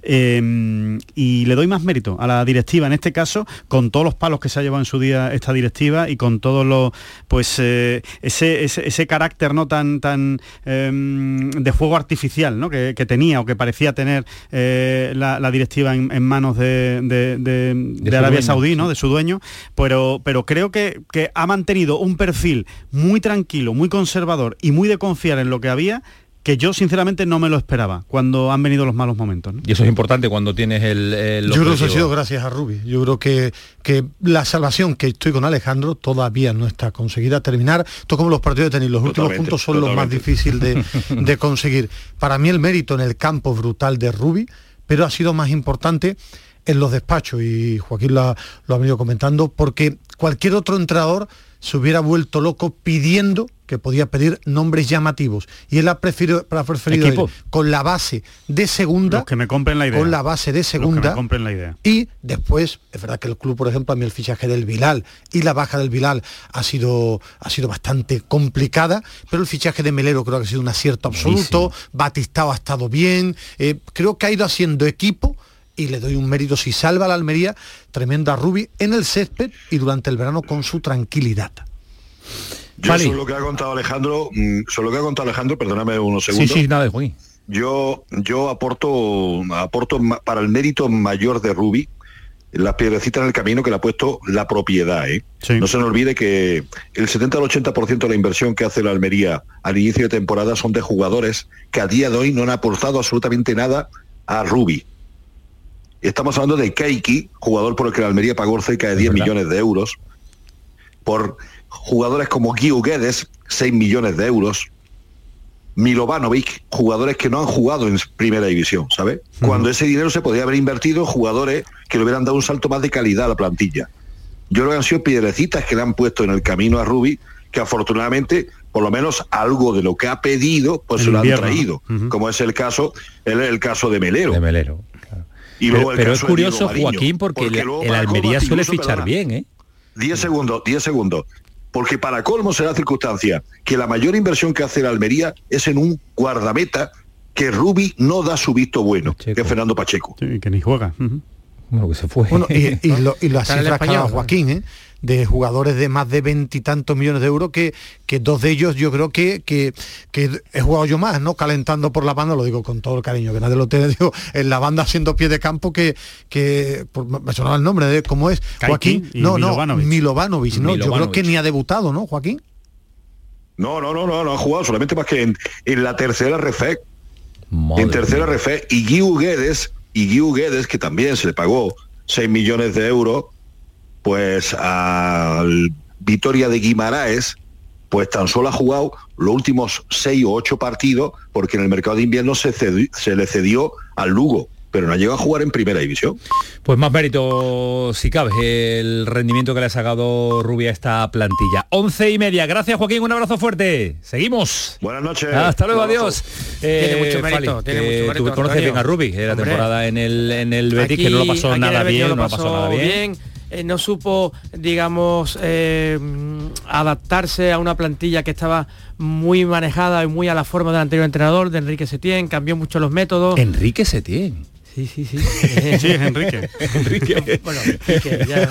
eh, y le doy más mérito a la directiva, en este caso, con todos los palos que se ha llevado en su día esta directiva y con todo lo, pues, eh, ese, ese, ese carácter no tan, tan eh, de fuego artificial, ¿no? que, que tenía o que parecía tener eh, la, la directiva en, en manos de, de, de, de, de Arabia Saudí, ¿no? De su dueño. Pero, pero creo que, que ha mantenido un perfil muy tranquilo, muy conservador y muy de confiar en lo que había, que yo sinceramente no me lo esperaba cuando han venido los malos momentos, ¿no? Y eso es importante cuando tienes el... el yo creo que ha sido gracias a Rubi. Yo creo que, que la salvación, que estoy con Alejandro, todavía no está conseguida terminar. Esto como los partidos de tenis, los totalmente, últimos puntos son totalmente. Los más difíciles de, de conseguir. Para mí el mérito en el campo brutal de Rubi, pero ha sido más importante en los despachos, y Joaquín lo ha, lo ha venido comentando, porque cualquier otro entrenador se hubiera vuelto loco pidiendo que podía pedir nombres llamativos y él ha preferido, ha preferido él, con la base de segunda, los que me compren la idea, con la base de segunda, los que me compren la idea. Y después es verdad que el club, por ejemplo, a mí el fichaje del Bilal y la baja del Bilal ha sido ha sido bastante complicada, pero el fichaje de Melero creo que ha sido un acierto absoluto. Buenísimo. Batistao ha estado bien, eh, creo que ha ido haciendo equipo. Y le doy un mérito, si salva a la Almería, tremendo a Rubi en el césped y durante el verano con su tranquilidad. Yo vale. Sobre lo que ha contado Alejandro, sobre lo que ha contado Alejandro, perdóname unos segundos. Sí, sí, nada de Juan. Yo, yo aporto, aporto para el mérito mayor de Rubi las piedrecitas en el camino que le ha puesto la propiedad. ¿eh? Sí. No se nos olvide que el setenta al ochenta por ciento de la inversión que hace la Almería al inicio de temporada son de jugadores que a día de hoy no han aportado absolutamente nada a Rubi. Estamos hablando de Keiki, jugador por el que la Almería pagó cerca de diez millones de euros, por jugadores como Guiu Guedes, seis millones de euros, Milovanovic, jugadores que no han jugado en primera división, ¿sabes? Uh-huh. Cuando ese dinero se podría haber invertido en jugadores que le hubieran dado un salto más de calidad a la plantilla. Yo creo que han sido piedrecitas que le han puesto en el camino a Rubi, que afortunadamente, por lo menos algo de lo que ha pedido, pues el se lo invierno. han traído, uh-huh. como es el caso, el, el caso de Melero. De Melero. Y pero pero es curioso, Joaquín, porque, porque el, el Almería suele fichar perdona, bien, ¿eh? diez segundos, diez segundos. Porque para colmo será circunstancia que la mayor inversión que hace la Almería es en un guardameta que Rubi no da su visto bueno, Pacheco. que es Fernando Pacheco. Sí, que ni juega. Uh-huh. Bueno, que se fue. Bueno, y, y, lo, y las cifras que ha dado Joaquín, ¿eh? de jugadores de más de veintitantos millones de euros, que, que dos de ellos yo creo que, que, que he jugado yo más, ¿no? Calentando por la banda, lo digo con todo el cariño, que nadie lo tiene, digo, en la banda haciendo pie de campo, que, que por, me sonaba el nombre de cómo es, Joaquín, no, no, Milovanovic, Milovanovic, ¿no? Milovanovic. Yo creo que ni ha debutado, ¿no, Joaquín? No, no, no, no, no ha jugado, solamente más que en, en la tercera R F E, Madre en tercera mía. R F E, y Guiu Guedes, y Guiu Guedes, que también se le pagó seis millones de euros, pues al Vitoria de Guimaraes, pues tan solo ha jugado los últimos seis o ocho partidos, porque en el mercado de invierno se, cedi- se le cedió al Lugo, pero no ha llegado a jugar en primera división. Pues más mérito, si cabe, el rendimiento que le ha sacado Rubi a esta plantilla. Once y media. Gracias, Joaquín, un abrazo fuerte. Seguimos. Buenas noches. Hasta luego, adiós. Eh, tiene mucho mérito, Fali, tiene mucho mérito. Tú conoces bien a Rubi, la temporada en el, en el Betis, aquí, que no lo pasó nada bien, no lo pasó, pasó nada bien. bien. Eh, no supo, digamos, eh, adaptarse a una plantilla que estaba muy manejada y muy a la forma del anterior entrenador, de Enrique Setién, cambió mucho los métodos. Enrique Setién. Sí, sí, sí. Sí, es Enrique. Enrique. Bueno, Enrique, ya.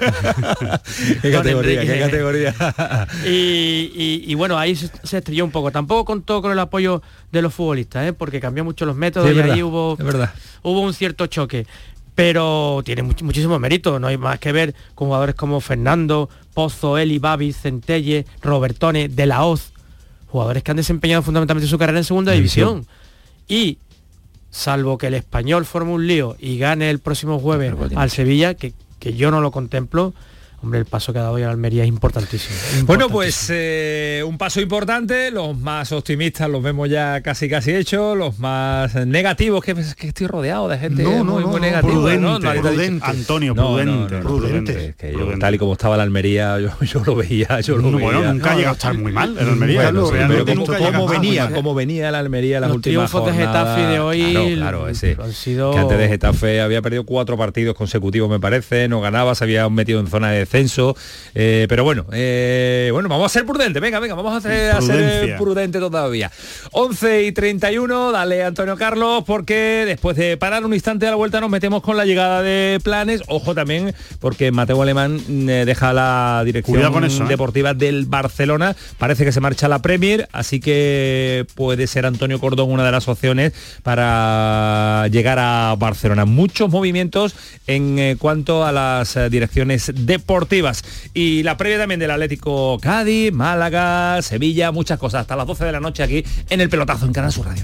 ¿Qué categoría? ¿Qué categoría? Y, y, y bueno, ahí se, se estrelló un poco. Tampoco contó con el apoyo de los futbolistas, ¿eh? Porque cambió mucho los métodos, sí, y verdad, ahí hubo, hubo un cierto choque. Pero tiene much- muchísimo mérito, no hay más que ver con jugadores como Fernando, Pozo, Eli, Babi, Centelle, Robertone, De La Hoz, jugadores que han desempeñado fundamentalmente su carrera en segunda división. división. Y salvo que el Español forme un lío y gane el próximo jueves al Sevilla, que, que yo no lo contemplo, hombre, el paso que ha dado hoy a la Almería es importantísimo. importantísimo. Bueno, pues eh, un paso importante, los más optimistas los vemos ya casi casi hechos, los más negativos, que, que estoy rodeado de gente no, no, muy, no, muy negativa. Prudente, ¿no? No, prudente. Antonio, no, prudente. No, no, no, prudente. prudente. Que yo, prudente. tal y como estaba la Almería, yo, yo lo veía, yo lo no, veía. Bueno, nunca no, ha llegado a estar muy mal el Almería. Bueno, sí, pero como, nunca como venía, como venía la Almería las los últimas triunfos de Getafe de hoy, claro, claro, ese, han sido... que antes de Getafe había perdido cuatro partidos consecutivos, me parece, no ganaba, se había metido en zona de descenso, eh, pero bueno, eh, bueno, vamos a ser prudentes, venga, venga, vamos a, hacer, a ser prudentes todavía. once y treinta y uno, dale Antonio Carlos, porque después de parar un instante a la vuelta nos metemos con la llegada de Planes, ojo también, porque Mateu Alemán eh, deja la dirección con eso, ¿eh? deportiva del Barcelona, parece que se marcha a la Premier, así que puede ser Antonio Cordón una de las opciones para llegar a Barcelona. Muchos movimientos en eh, cuanto a las eh, direcciones deportivas, y la previa también del Atlético Cádiz, Málaga, Sevilla, muchas cosas, hasta las doce de la noche aquí en El Pelotazo en Canal Sur Radio.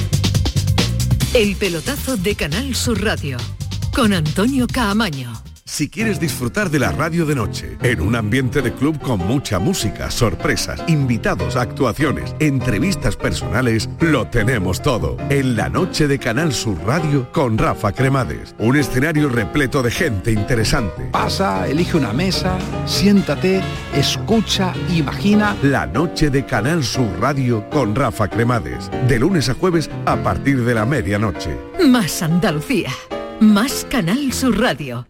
El Pelotazo de Canal Sur Radio con Antonio Caamaño. Si quieres disfrutar de la radio de noche, en un ambiente de club con mucha música, sorpresas, invitados, actuaciones, entrevistas personales, lo tenemos todo. En la noche de Canal Sur Radio con Rafa Cremades. Un escenario repleto de gente interesante. Pasa, elige una mesa, siéntate, escucha, imagina. La noche de Canal Sur Radio con Rafa Cremades. De lunes a jueves a partir de la medianoche. Más Andalucía. Más Canal Sur Radio.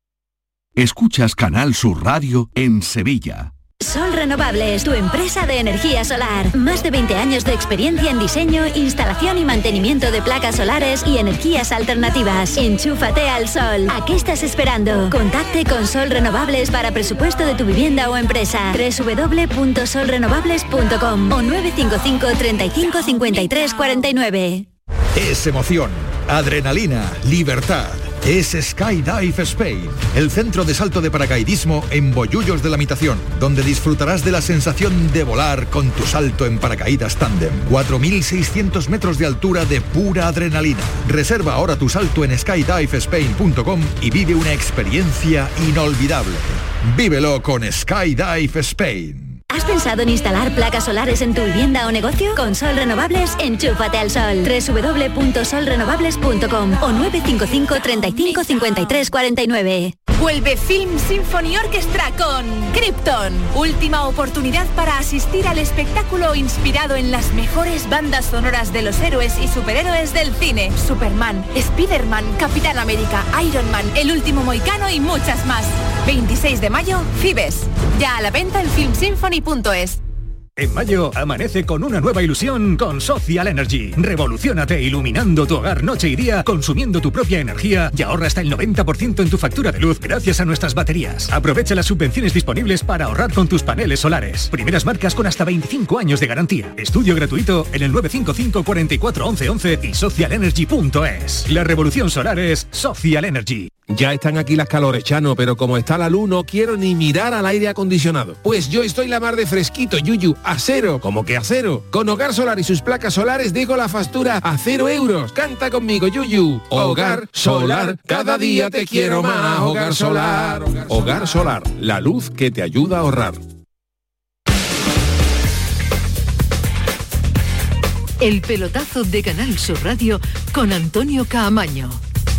Escuchas Canal Sur Radio en Sevilla. Sol Renovables, tu empresa de energía solar. Más de veinte años de experiencia en diseño, instalación y mantenimiento de placas solares y energías alternativas. Enchúfate al sol. ¿A qué estás esperando? Contacte con Sol Renovables para presupuesto de tu vivienda o empresa. doble u doble u doble u punto sol renovables punto com o nueve cinco cinco, treinta y cinco, cincuenta y tres, cuarenta y nueve. Es emoción, adrenalina, libertad. Es Skydive Spain, el centro de salto de paracaidismo en Bollullos de la Mitación, donde disfrutarás de la sensación de volar con tu salto en paracaídas tándem. cuatro mil seiscientos metros de altura de pura adrenalina. Reserva ahora tu salto en skydive spain punto com y vive una experiencia inolvidable. Vívelo con Skydive Spain. ¿Has pensado en instalar placas solares en tu vivienda o negocio? Con Sol Renovables, enchúfate al sol. doble u doble u doble u punto sol renovables punto com o nueve cinco cinco, treinta y cinco, cincuenta y tres, cuarenta y nueve. Vuelve Film Symphony Orchestra con Krypton. Última oportunidad para asistir al espectáculo inspirado en las mejores bandas sonoras de los héroes y superhéroes del cine. Superman, Spiderman, Capitán América, Iron Man, El Último Mohicano y muchas más. veintiséis de mayo, Fibes. Ya a la venta en film symphony punto es. En mayo, amanece con una nueva ilusión con Social Energy. Revoluciónate iluminando tu hogar noche y día, consumiendo tu propia energía y ahorra hasta el noventa por ciento en tu factura de luz gracias a nuestras baterías. Aprovecha las subvenciones disponibles para ahorrar con tus paneles solares. Primeras marcas con hasta veinticinco años de garantía. Estudio gratuito en el nueve cinco cinco, cuarenta y cuatro, once, once y social energy punto es. La revolución solar es Social Energy. Ya están aquí las calores, Chano, pero como está la luz no quiero ni mirar al aire acondicionado. Pues yo estoy la mar de fresquito, Yuyu, a cero, como que a cero. Con Hogar Solar y sus placas solares dejo la factura a cero euros. Canta conmigo, Yuyu. Hogar Solar, cada día te quiero más. Hogar Solar. Hogar Solar, la luz que te ayuda a ahorrar. El pelotazo de Canal Sur Radio con Antonio Caamaño.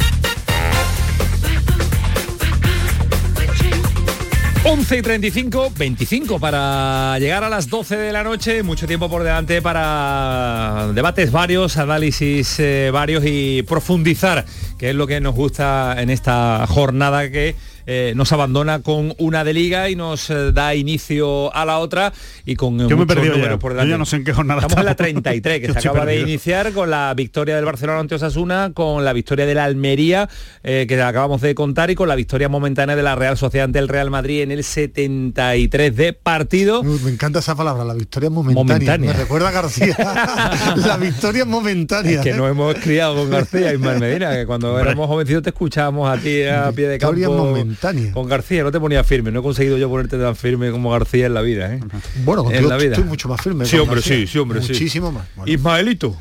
once y treinta y cinco, veinticinco para llegar a las doce de la noche, mucho tiempo por delante para debates varios, análisis eh, varios y profundizar, que es lo que nos gusta en esta jornada que eh, nos abandona con una de Liga y nos eh, da inicio a la otra y con Yo me he perdido ya. por delante. Yo ya no sé en qué jornada estamos. Estamos en la estamos. treinta y tres, que Yo se acaba perdido. de iniciar con la victoria del Barcelona ante Osasuna, con la victoria de la Almería, eh, que acabamos de contar, y con la victoria momentánea de la Real Sociedad ante el Real Madrid en el setenta y tres de partido. Uh, me encanta esa palabra, la victoria es momentánea. Momentánea. Me recuerda a García. La victoria es momentánea. Es que ¿eh? nos hemos criado con García y Ismael Medina, que cuando Hombre. éramos jovencitos te escuchábamos a ti a pie de Victoria campo momentánea. con García, no te ponías firme, no he conseguido yo ponerte tan firme como García en la vida, ¿eh? Bueno, en contigo la vida. estoy mucho más firme. Sí, con hombre, García. sí, sí, hombre, sí. Muchísimo más. Bueno. Ismaelito.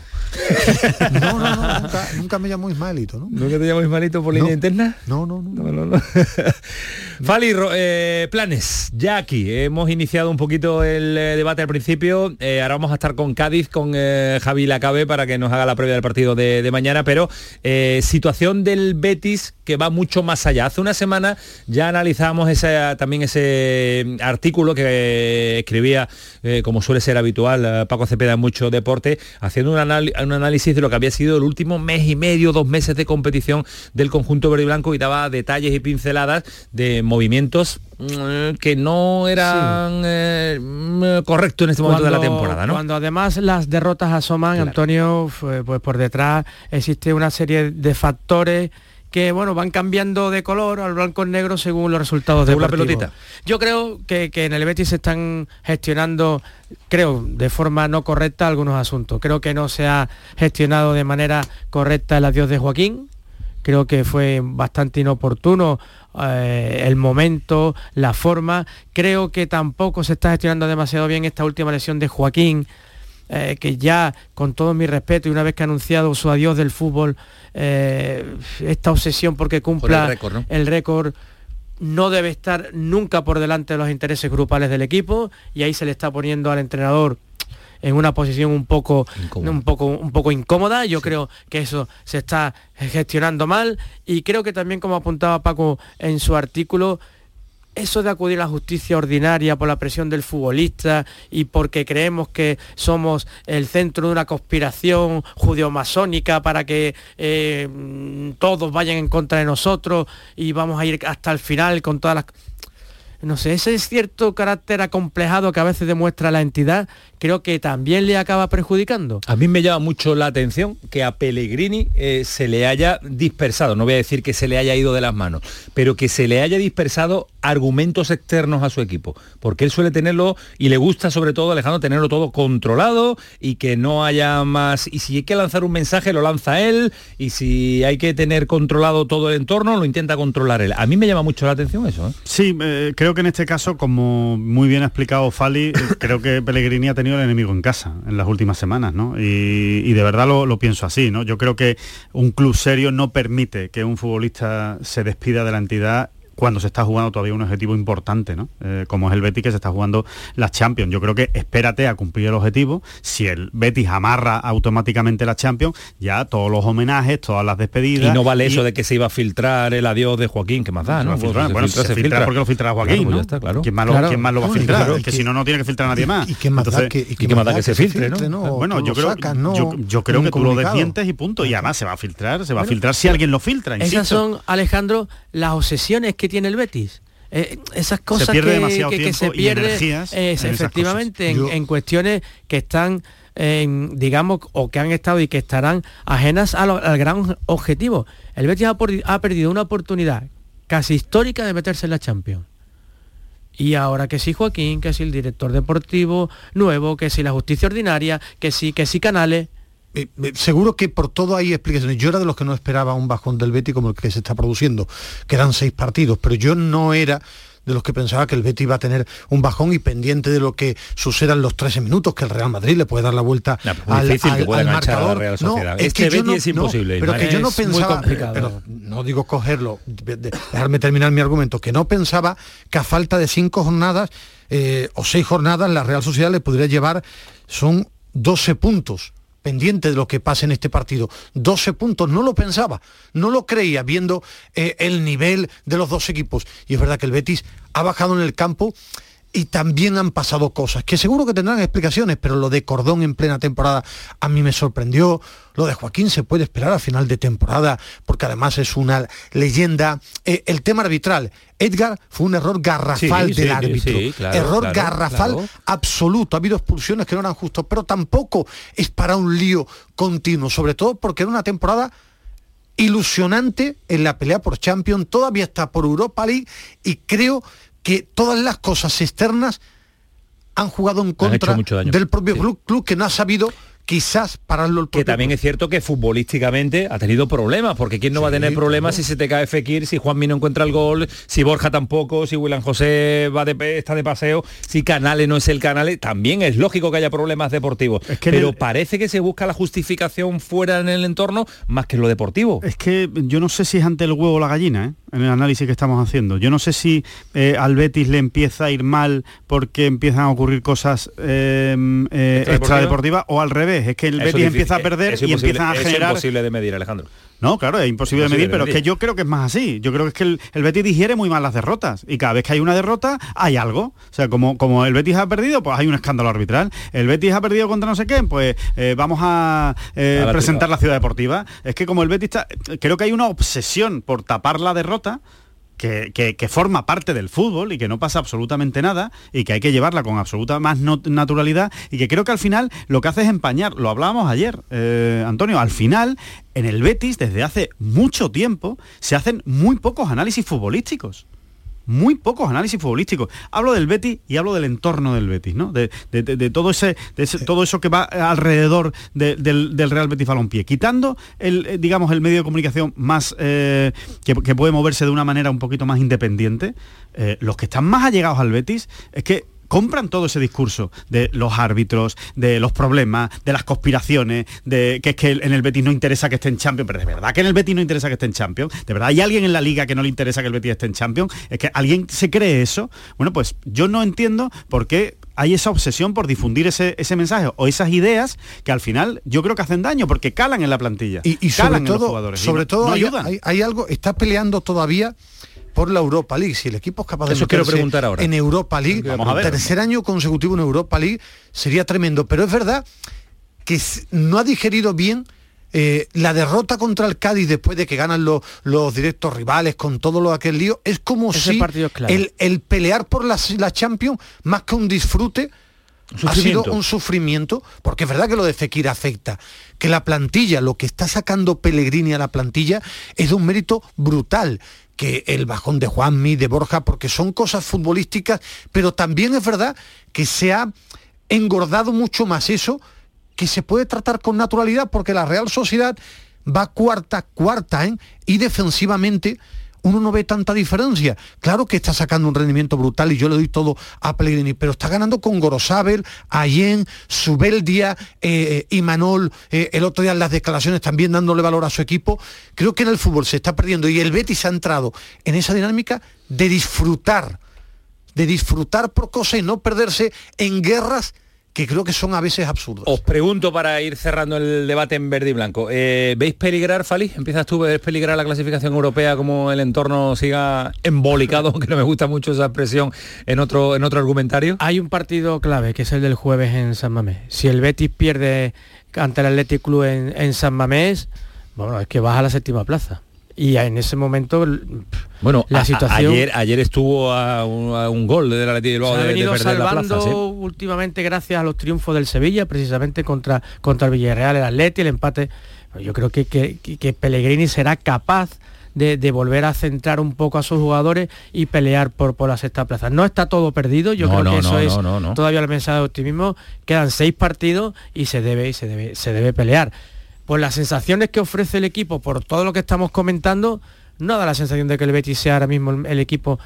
No, no, no, nunca, nunca me llamo Ismaelito, ¿no? ¿Nunca te llamo Ismaelito por No. línea interna? No, no, no. No, no, no. Fali, ro- eh, planes, ya aquí. Hemos iniciado un poquito el eh, debate al principio. Eh, ahora vamos a estar con Cádiz, con eh, Javi Lacabe, para que nos haga la previa del partido de, de mañana. Pero eh, situación del Betis que va mucho más allá. Hace una semana ya analizábamos ese, también ese artículo que eh, escribía, eh, como suele ser habitual, eh, Paco Cepeda en Mucho Deporte, haciendo un, anal- un análisis de lo que había sido el último mes y medio, dos meses de competición del conjunto verde y blanco, y daba detalles y pinceladas de movimientos mm, que no eran sí. eh, mm, correctos en este momento cuando, de la temporada, ¿no? Cuando además las derrotas asoman, claro. Antonio, fue, pues por detrás existe una serie de factores que bueno van cambiando de color al blanco y negro según los resultados de la pelotita. Yo creo que, que en el Betis se están gestionando, creo, de forma no correcta algunos asuntos. Creo que no se ha gestionado de manera correcta el adiós de Joaquín. Creo que fue bastante inoportuno eh, el momento, la forma. Creo que tampoco se está gestionando demasiado bien esta última lesión de Joaquín. Eh, que ya, con todo mi respeto, y una vez que ha anunciado su adiós del fútbol, eh, esta obsesión porque cumpla el récord, ¿no? el récord, no debe estar nunca por delante de los intereses grupales del equipo, y ahí se le está poniendo al entrenador en una posición un poco un poco un poco incómoda. Yo sí. creo que eso se está gestionando mal, y creo que también, como apuntaba Paco en su artículo, eso de acudir a la justicia ordinaria por la presión del futbolista y porque creemos que somos el centro de una conspiración judeo-masónica para que eh, todos vayan en contra de nosotros y vamos a ir hasta el final con todas las... No sé, ese cierto carácter acomplejado que a veces demuestra la entidad, creo que también le acaba perjudicando. A mí me llama mucho la atención que a Pellegrini eh, se le haya dispersado, no voy a decir que se le haya ido de las manos, pero que se le haya dispersado argumentos externos a su equipo, porque él suele tenerlo, y le gusta sobre todo, Alejandro, tenerlo todo controlado y que no haya más, y si hay que lanzar un mensaje lo lanza él, y si hay que tener controlado todo el entorno lo intenta controlar él. A mí me llama mucho la atención eso, ¿eh? Sí, eh, creo que en este caso, como muy bien ha explicado Fali, creo que Pellegrini ha tenido el enemigo en casa en las últimas semanas, ¿no? Y, y de verdad lo, lo pienso así, ¿no? Yo creo que un club serio no permite que un futbolista se despida de la entidad cuando se está jugando todavía un objetivo importante, ¿no? Eh, como es el Betis, que se está jugando las Champions. Yo creo que espérate a cumplir el objetivo. Si el Betis amarra automáticamente la Champions, ya todos los homenajes, todas las despedidas... Y no vale y... eso de que se iba a filtrar el adiós de Joaquín, que más da, ¿no? Se filtra, bueno, se, filtra, se, se filtra porque lo filtra Joaquín, claro, pues ¿no? Está, claro. ¿Quién más lo, claro. ¿quién más lo va a filtrar? Claro, que, que si no, no tiene que filtrar a nadie más. ¿Y qué más da que, y que, más da que se filtre, filtre ¿no? ¿no? Bueno, yo creo, sacas, ¿no? yo, yo creo que tú lo desmientes y punto. Y además se va a filtrar, se va a filtrar si alguien lo filtra, insisto. Esas son, Alejandro, las obsesiones que tiene el Betis. Eh, esas cosas que, que, que se pierde eh, efectivamente en, Yo... en cuestiones que están eh, digamos, o que han estado y que estarán ajenas a lo, al gran objetivo. El Betis ha, por, ha perdido una oportunidad casi histórica de meterse en la Champions, y ahora que sí Joaquín, que sí el director deportivo nuevo, que sí la justicia ordinaria, que sí que sí Canales. Eh, eh, seguro que por todo hay explicaciones. Yo era de los que no esperaba un bajón del Betis como el que se está produciendo. Quedan seis partidos, pero yo no era de los que pensaba que el Betis iba a tener un bajón, y pendiente de lo que suceda en los trece minutos, que el Real Madrid le puede dar la vuelta no, al, al, que al marcador. La Real Sociedad. No, es este que Betis no, es imposible. No, pero que yo no pensaba, pero no digo cogerlo, de, de, dejarme terminar mi argumento, que no pensaba que a falta de cinco jornadas eh, o seis jornadas la Real Sociedad le podría llevar, son doce puntos. Pendiente de lo que pase en este partido, doce puntos, no lo pensaba, no lo creía, viendo eh, el nivel de los dos equipos. Y es verdad que el Betis ha bajado en el campo y también han pasado cosas que seguro que tendrán explicaciones, pero lo de Cordón en plena temporada a mí me sorprendió. Lo de Joaquín se puede esperar a final de temporada, porque además es una leyenda. Eh, el tema arbitral, Edgar, fue un error garrafal sí, del sí, árbitro. Sí, claro, error claro, garrafal claro. absoluto. Ha habido expulsiones que no eran justas, pero tampoco es para un lío continuo, sobre todo porque era una temporada ilusionante en la pelea por Champions, todavía está por Europa League, y creo que todas las cosas externas han jugado en contra del propio sí. club, club que no ha sabido quizás pararlo el propio. Que también es cierto que futbolísticamente ha tenido problemas, porque ¿quién no sí, va a tener problemas claro. si se te cae Fekir, si Juanmi no encuentra el gol, si Borja tampoco, si William José va de, está de paseo, si Canales no es el Canales? También es lógico que haya problemas deportivos, es que pero el... parece que se busca la justificación fuera en el entorno más que en lo deportivo. Es que yo no sé si es ante el huevo o la gallina, ¿eh? En el análisis que estamos haciendo. Yo no sé si eh, al Betis le empieza a ir mal porque empiezan a ocurrir cosas eh, eh, extradeportivas, o al revés. Es que el Betis empieza a perder y empiezan a generar... Es imposible de medir, Alejandro. No, claro, es imposible, imposible de medir, pero de medir. Es que yo creo que es más así. Yo creo que es que el, el Betis digiere muy mal las derrotas, y cada vez que hay una derrota hay algo. O sea, como, como el Betis ha perdido, pues hay un escándalo arbitral. El Betis ha perdido contra no sé qué, pues eh, vamos a, eh, a presentar la Ciudad Deportiva. Es que como el Betis está... Creo que hay una obsesión por tapar la derrota, Que, que, que forma parte del fútbol y que no pasa absolutamente nada, y que hay que llevarla con absoluta más no, naturalidad, y que creo que al final lo que hace es empañar. Lo hablábamos ayer, eh, Antonio, al final en el Betis desde hace mucho tiempo se hacen muy pocos análisis futbolísticos. Muy pocos análisis futbolísticos. Hablo del Betis y hablo del entorno del Betis, ¿no? De, de, de, de todo ese, de ese, todo eso que va alrededor de, del, del Real Betis Balompié, quitando el, digamos, el medio de comunicación más eh, que, que puede moverse de una manera un poquito más independiente. Eh, los que están más allegados al Betis es que compran todo ese discurso de los árbitros, de los problemas, de las conspiraciones, de que es que en el Betis no interesa que esté en Champions, pero de verdad que en el Betis no interesa que esté en Champions, de verdad hay alguien en la liga que no le interesa que el Betis esté en Champions, es que alguien se cree eso. Bueno, pues yo no entiendo por qué hay esa obsesión por difundir ese, ese mensaje o esas ideas que al final yo creo que hacen daño porque calan en la plantilla, y, y calan sobre en todo, los jugadores, sobre no, todo no hay, ayudan. Hay, hay algo, está peleando todavía por la Europa League. Si el equipo es capaz de Eso quiero meterse preguntar ahora. en Europa League, Vamos a ver. tercer año consecutivo en Europa League, sería tremendo. Pero es verdad que no ha digerido bien eh, la derrota contra el Cádiz después de que ganan los, los directos rivales con todo lo aquel lío. Es como Ese si partido es clave. el, el pelear por la, la Champions, más que un disfrute, ha sido un sufrimiento, porque es verdad que lo de Fekir afecta, que la plantilla, lo que está sacando Pellegrini a la plantilla es de un mérito brutal, que el bajón de Juanmi, de Borja, porque son cosas futbolísticas, pero también es verdad que se ha engordado mucho más eso, que se puede tratar con naturalidad, porque la Real Sociedad va cuarta, cuarta, ¿eh? Y defensivamente uno no ve tanta diferencia. Claro que está sacando un rendimiento brutal y yo le doy todo a Pellegrini, pero está ganando con Gorosabel, Allen, Zubeldia, eh, Imanol, eh, el otro día en las declaraciones también dándole valor a su equipo. Creo que en el fútbol se está perdiendo y el Betis ha entrado en esa dinámica de disfrutar, de disfrutar por cosas y no perderse en guerras que creo que son a veces absurdos. Os pregunto para ir cerrando el debate en verde y blanco. Eh, ¿Veis peligrar, Fali? ¿Empiezas tú, ves peligrar la clasificación europea como el entorno siga embolicado, que no me gusta mucho esa expresión, en otro, en otro argumentario? Hay un partido clave, que es el del jueves en San Mamés. Si el Betis pierde ante el Athletic Club en, en San Mamés, bueno, es que baja a la séptima plaza. Y en ese momento, bueno, la a, situación... Ayer, ayer estuvo a un, a un gol del Athletic Bilbao se ha de, venido de perder salvando la plaza, ¿sí? últimamente gracias a los triunfos del Sevilla, precisamente contra, contra el Villarreal, el Atleti, el empate. Yo creo que, que, que Pellegrini será capaz de, de volver a centrar un poco a sus jugadores y pelear por, por la sexta plaza. No está todo perdido, yo no, creo no, que eso no, es no, no, no. todavía el mensaje de optimismo. Quedan seis partidos y se debe, y se debe, se debe pelear. Pues las sensaciones que ofrece el equipo, por todo lo que estamos comentando, no da la sensación de que el Betis sea ahora mismo el, el equipo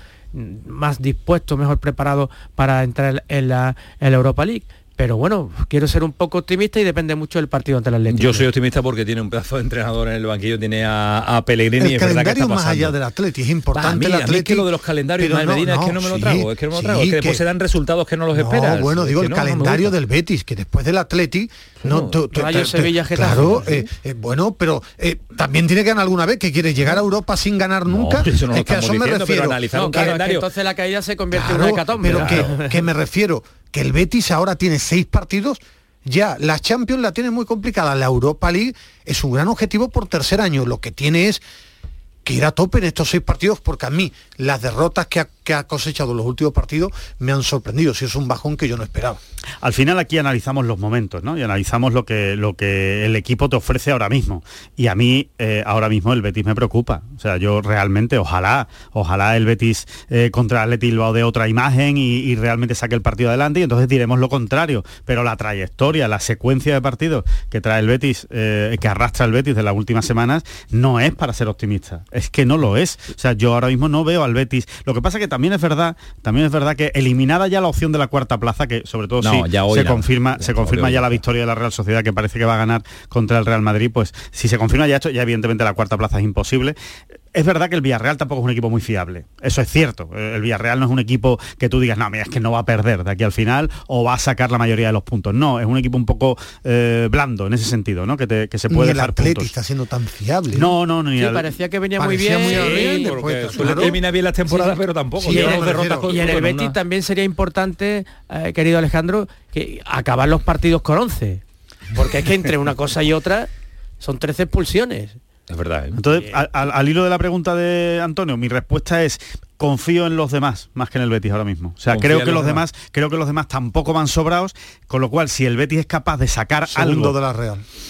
más dispuesto, mejor preparado para entrar en la, en la Europa League. Pero bueno, quiero ser un poco optimista y depende mucho del partido ante el Atlético. Yo soy optimista porque tiene un pedazo de entrenador en el banquillo, tiene a, a Pellegrini. El y es calendario verdad que está más allá del Atlético es importante. Mí, el Atlético, es que lo de los calendarios, pero no, Medina, no, es que no me lo sí, trago, es que no me lo sí, trago, es que después que, se dan resultados que no los no, esperas. Bueno, digo, es el no, calendario no del Betis, que después del Atlético... No, tú, tú, Rayo, tú, Sevilla, Getafe. Claro, eh, eh, bueno, pero eh, también tiene que ganar alguna vez, que quiere llegar a Europa sin ganar nunca. No, eso no lo es que a eso estamos me diciendo, refiero. pero analizar No, un claro, calendario. es que entonces la caída se convierte Claro, en una hecatombe. pero Claro. que, que me refiero, que el Betis ahora tiene seis partidos, ya la Champions la tiene muy complicada, la Europa League es un gran objetivo por tercer año, lo que tiene es que ir a tope en estos seis partidos, porque a mí las derrotas que ha, que ha cosechado en los últimos partidos me han sorprendido, si es un bajón que yo no esperaba. Al final aquí analizamos los momentos, ¿no? Y analizamos lo que, lo que el equipo te ofrece ahora mismo. Y a mí, eh, ahora mismo, el Betis me preocupa. O sea, yo realmente, ojalá, ojalá el Betis eh, contra el Athletic Bilbao de otra imagen y, y realmente saque el partido adelante, y entonces diremos lo contrario. Pero la trayectoria, la secuencia de partidos que trae el Betis, eh, que arrastra el Betis de las últimas semanas, no es para ser optimista. Es que no lo es. O sea, yo ahora mismo no veo al Betis. Lo que pasa que también es verdad, también es verdad que eliminada ya la opción de la cuarta plaza, que sobre todo no, sí ya hoy se no. confirma, ya se confirma ya hoy la no. victoria de la Real Sociedad, que parece que va a ganar contra el Real Madrid, pues si se confirma ya esto, ya evidentemente la cuarta plaza es imposible. Es verdad que el Villarreal tampoco es un equipo muy fiable, eso es cierto. El Villarreal no es un equipo que tú digas, no, mira, es que no va a perder de aquí al final o va a sacar la mayoría de los puntos. No, es un equipo un poco eh, blando en ese sentido, ¿no? Que, te, que se puede ni el dejar Atleti puntos. está siendo tan fiable. No, no, no. Ni Sí, al... parecía que venía Parecía muy bien. muy bien, y- después, Porque claro. suele terminar bien las temporadas, Sí, sí. pero tampoco. Sí, lleva me dos derrotas refiero. con- Y en el con Betis una- también sería importante, eh, querido Alejandro, que acabar los partidos con once. Porque es que entre una cosa y otra son trece expulsiones. Es verdad. ¿eh? Entonces, al, al- al hilo de la pregunta de Antonio, mi respuesta es confío en los demás más que en el Betis ahora mismo. O sea, Confía creo en que los los demás, creo que los demás tampoco van sobrados, con lo cual si el Betis es capaz de sacar Segundo algo de la Real.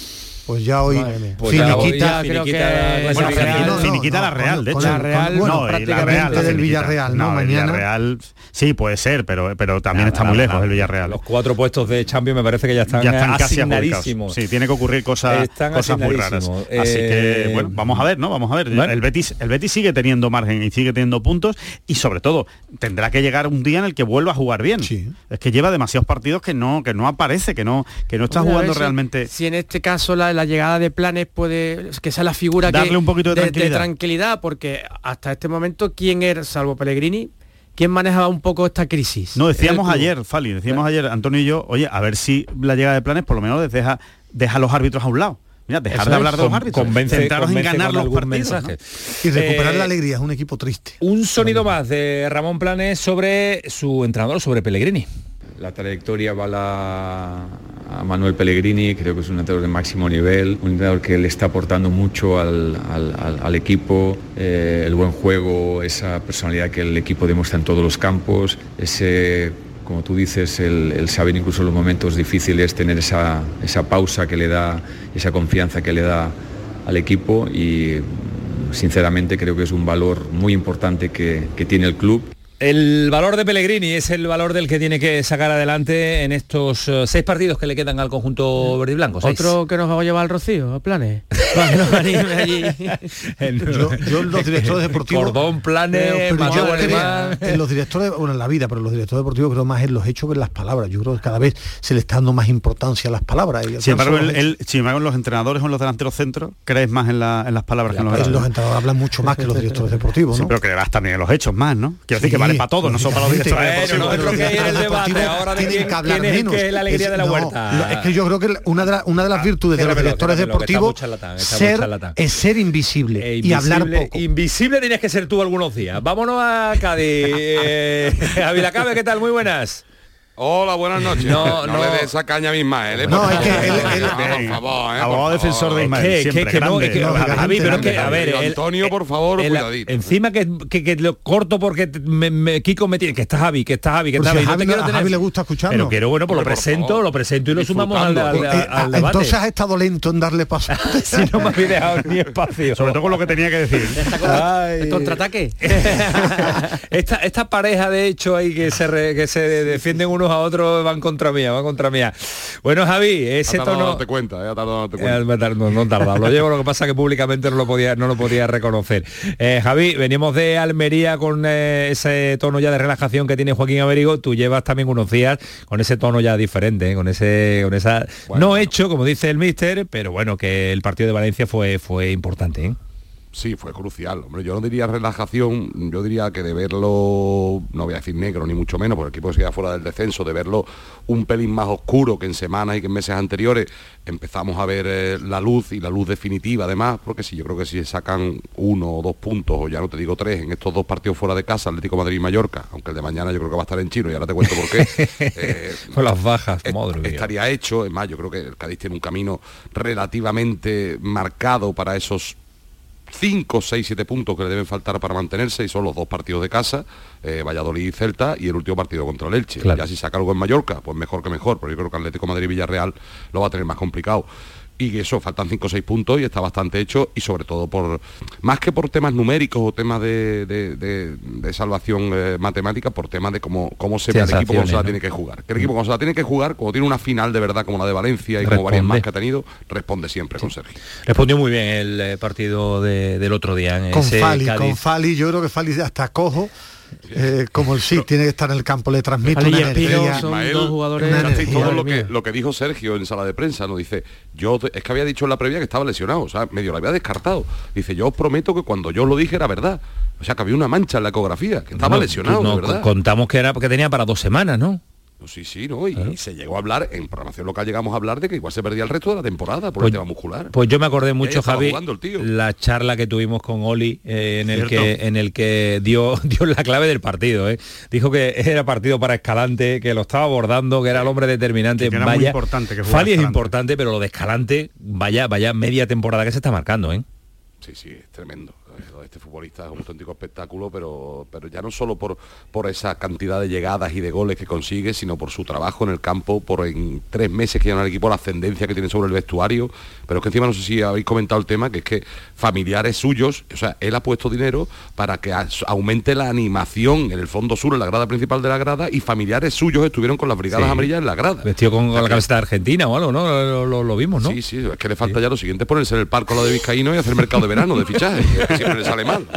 Pues ya hoy pues finiquita, hoy creo que bueno, finiquita, no, finiquita no, la Real, con, de hecho. Con la Real, bueno, no, prácticamente la Real, del Villarreal, ¿no? no Mañana. Villarreal, sí, puede ser, pero pero también nada, está muy nada, lejos nada. el Villarreal. Los cuatro puestos de Champions me parece que ya están, ya están asignadísimos. Sí, tiene que ocurrir cosas, cosas muy raras. Eh, Así que bueno, vamos a ver, ¿no? Vamos a ver. Bueno. El Betis, el Betis sigue teniendo margen y sigue teniendo puntos y sobre todo tendrá que llegar un día en el que vuelva a jugar bien. Sí. Es que lleva demasiados partidos que no que no aparece, que no que no está Hombre, jugando realmente. Si en este caso la, la llegada de Planes puede que sea la figura darle que, un poquito de, de, tranquilidad. de tranquilidad, porque hasta este momento quién era, salvo Pellegrini, quién manejaba un poco esta crisis. No decíamos ayer, Fali, decíamos ayer Antonio y yo, oye, a ver si la llegada de Planes por lo menos deja deja a los árbitros a un lado. Mira, dejar Eso de hablar es, de los árbitros, convence, centraros en ganar los partidos, mensaje. ¿no? Y recuperar eh, la alegría, es un equipo triste. Un sonido más de Ramón Planes sobre su entrenador, sobre Pellegrini. La trayectoria va la, a Manuel Pellegrini, creo que es un entrenador de máximo nivel, un entrenador que le está aportando mucho al, al, al, al equipo, eh, el buen juego, esa personalidad que el equipo demuestra en todos los campos, ese, como tú dices, el, el saber incluso en los momentos difíciles, tener esa, esa pausa que le da, esa confianza que le da al equipo y sinceramente creo que es un valor muy importante que, que tiene el club. El valor de Pellegrini es el valor del que tiene que sacar adelante en estos uh, seis partidos que le quedan al conjunto verde y blanco. Seis. Otro que nos va a llevar al Rocío, a Planes. Para que nos anime allí. yo, yo los directores deportivos... Cordón, Planes, Mateo Alemán... En los directores, bueno, en la vida, pero los directores deportivos creo más en los hechos que en las palabras. Yo creo que cada vez se le está dando más importancia a las palabras. Y sin embargo, el, el, sin embargo, en los entrenadores o en los delanteros centros, ¿crees más en, la, en las palabras la que en los hechos? Los entrenadores hablan mucho más que los directores deportivos, ¿no? Sí, pero creerás también en los hechos más, ¿no? Quiero decir sí, que vale para todos, no solo para los directores deportivos. No creo que hay el debate ahora de quién, quién es que es la alegría de la huerta. Es que yo creo que una de, la, una de las virtudes de los directores deportivos ser, es ser invisible e y hablar poco. Invisible tenías que ser tú algunos días. Vámonos a Cádiz. eh, a Vilacabe, ¿qué tal? Muy buenas. Hola, buenas noches. No, no, no le des esa caña a Ismael. ¿eh? No, es que él, él, por favor, ¿eh? Abogado defensor de Ismael. ¿Qué, siempre, que, grande, no, es que, no, Javi, pero es que, a ver, el, Antonio, por favor, el, cuidadito. Encima que, que, que lo corto porque me, me, Kiko me tiene, que está Javi, que está Javi, que está pues Javi. Si no a Javi, a Javi le gusta escucharlo. Pero quiero, bueno, pues lo presento, lo presento y lo sumamos al, al, al, al debate. Entonces has estado lento en darle paso. Si no me había dejado ni espacio. Sobre todo con lo que tenía que decir. El contraataque. esta, esta pareja, de hecho, ahí que se, re, que se defienden unos a otros van contra mía, va contra mía. Bueno, Javi, ese ha tono... No te cuenta, eh, ha tardado, no te cuenta. Eh, no, no tarda, lo llevo, lo que pasa que públicamente no lo podía, no lo podía reconocer. Eh, Javi, venimos de Almería con eh, ese tono ya de relajación que tiene Joaquín Amerigo. Tú llevas también unos días con ese tono ya diferente, eh, con ese, con esa bueno, no bueno. hecho, como dice el míster, pero bueno, que el partido de Valencia fue, fue importante, ¿eh? Sí, fue crucial, hombre. Yo no diría relajación, yo diría que de verlo, no voy a decir negro ni mucho menos, porque el equipo se queda fuera del descenso, de verlo un pelín más oscuro que en semanas y que en meses anteriores, empezamos a ver eh, la luz y la luz definitiva además, porque sí, yo creo que si sacan uno o dos puntos, o ya no te digo tres, en estos dos partidos fuera de casa, Atlético Madrid y Mallorca, aunque el de mañana yo creo que va a estar en chino y ahora te cuento por qué. eh, Con las bajas, est madre mía. Estaría hecho, es más, yo creo que el Cádiz tiene un camino relativamente marcado para esos cinco, seis, siete puntos que le deben faltar para mantenerse, y son los dos partidos de casa, eh, Valladolid y Celta, y el último partido contra el Elche. Claro. Ya si saca algo en Mallorca, pues mejor que mejor, pero yo creo que Atlético Madrid y Villarreal lo va a tener más complicado. Y eso, faltan cinco o seis puntos y está bastante hecho, y sobre todo por más que por temas numéricos o temas de, de, de, de salvación eh, matemática, por temas de cómo, cómo se ve el equipo cuando se la ¿no? tiene que jugar. Que el equipo cuando se la tiene que jugar, cuando tiene una final de verdad como la de Valencia y responde. Como varias más que ha tenido, responde siempre sí. con Sergio. Respondió muy bien el eh, partido de, del otro día. En con ese Fali, Cádiz. con Fali, yo creo que Fali hasta cojo. Eh, como el sí tiene que estar en el campo, le transmite una energía. Son Ismael, dos jugadores una energía, todo lo que, lo que dijo Sergio en sala de prensa, no dice, yo es que había dicho en la previa que estaba lesionado, o sea, medio lo había descartado. Dice, yo os prometo que cuando yo lo dije era verdad. O sea, que había una mancha en la ecografía, que estaba no, lesionado, no, de verdad. Contamos que era porque tenía para dos semanas, ¿no? Sí, sí, ¿no? Y, ¿Eh? y se llegó a hablar, en programación local llegamos a hablar de que igual se perdía el resto de la temporada por pues, el tema muscular. Pues yo me acordé mucho, Javi, la charla que tuvimos con Oli, eh, en, el que, en el que dio, dio la clave del partido. Eh. Dijo que era partido para Escalante, que lo estaba abordando, que era el hombre determinante. Que era vaya, muy importante que Fali es importante, pero lo de Escalante, vaya, vaya media temporada que se está marcando, ¿eh? Sí, sí, es tremendo. Este futbolista es un auténtico espectáculo, pero, pero ya no solo por, por esa cantidad de llegadas y de goles que consigue, sino por su trabajo en el campo, por en tres meses que lleva al equipo, la ascendencia que tiene sobre el vestuario. Pero es que encima no sé si habéis comentado el tema, que es que familiares suyos, o sea, él ha puesto dinero para que aumente la animación en el fondo sur, en la grada principal de la grada, y familiares suyos estuvieron con las brigadas sí. amarillas en la grada. Vestido con o sea, la camiseta de Argentina o algo, ¿no? Lo, lo, lo vimos, ¿no? Sí, sí, es que le falta sí. ya lo siguiente, ponerse en el parco a lo de Vizcaíno y hacer mercado de verano, de fichaje, que siempre le sale mal.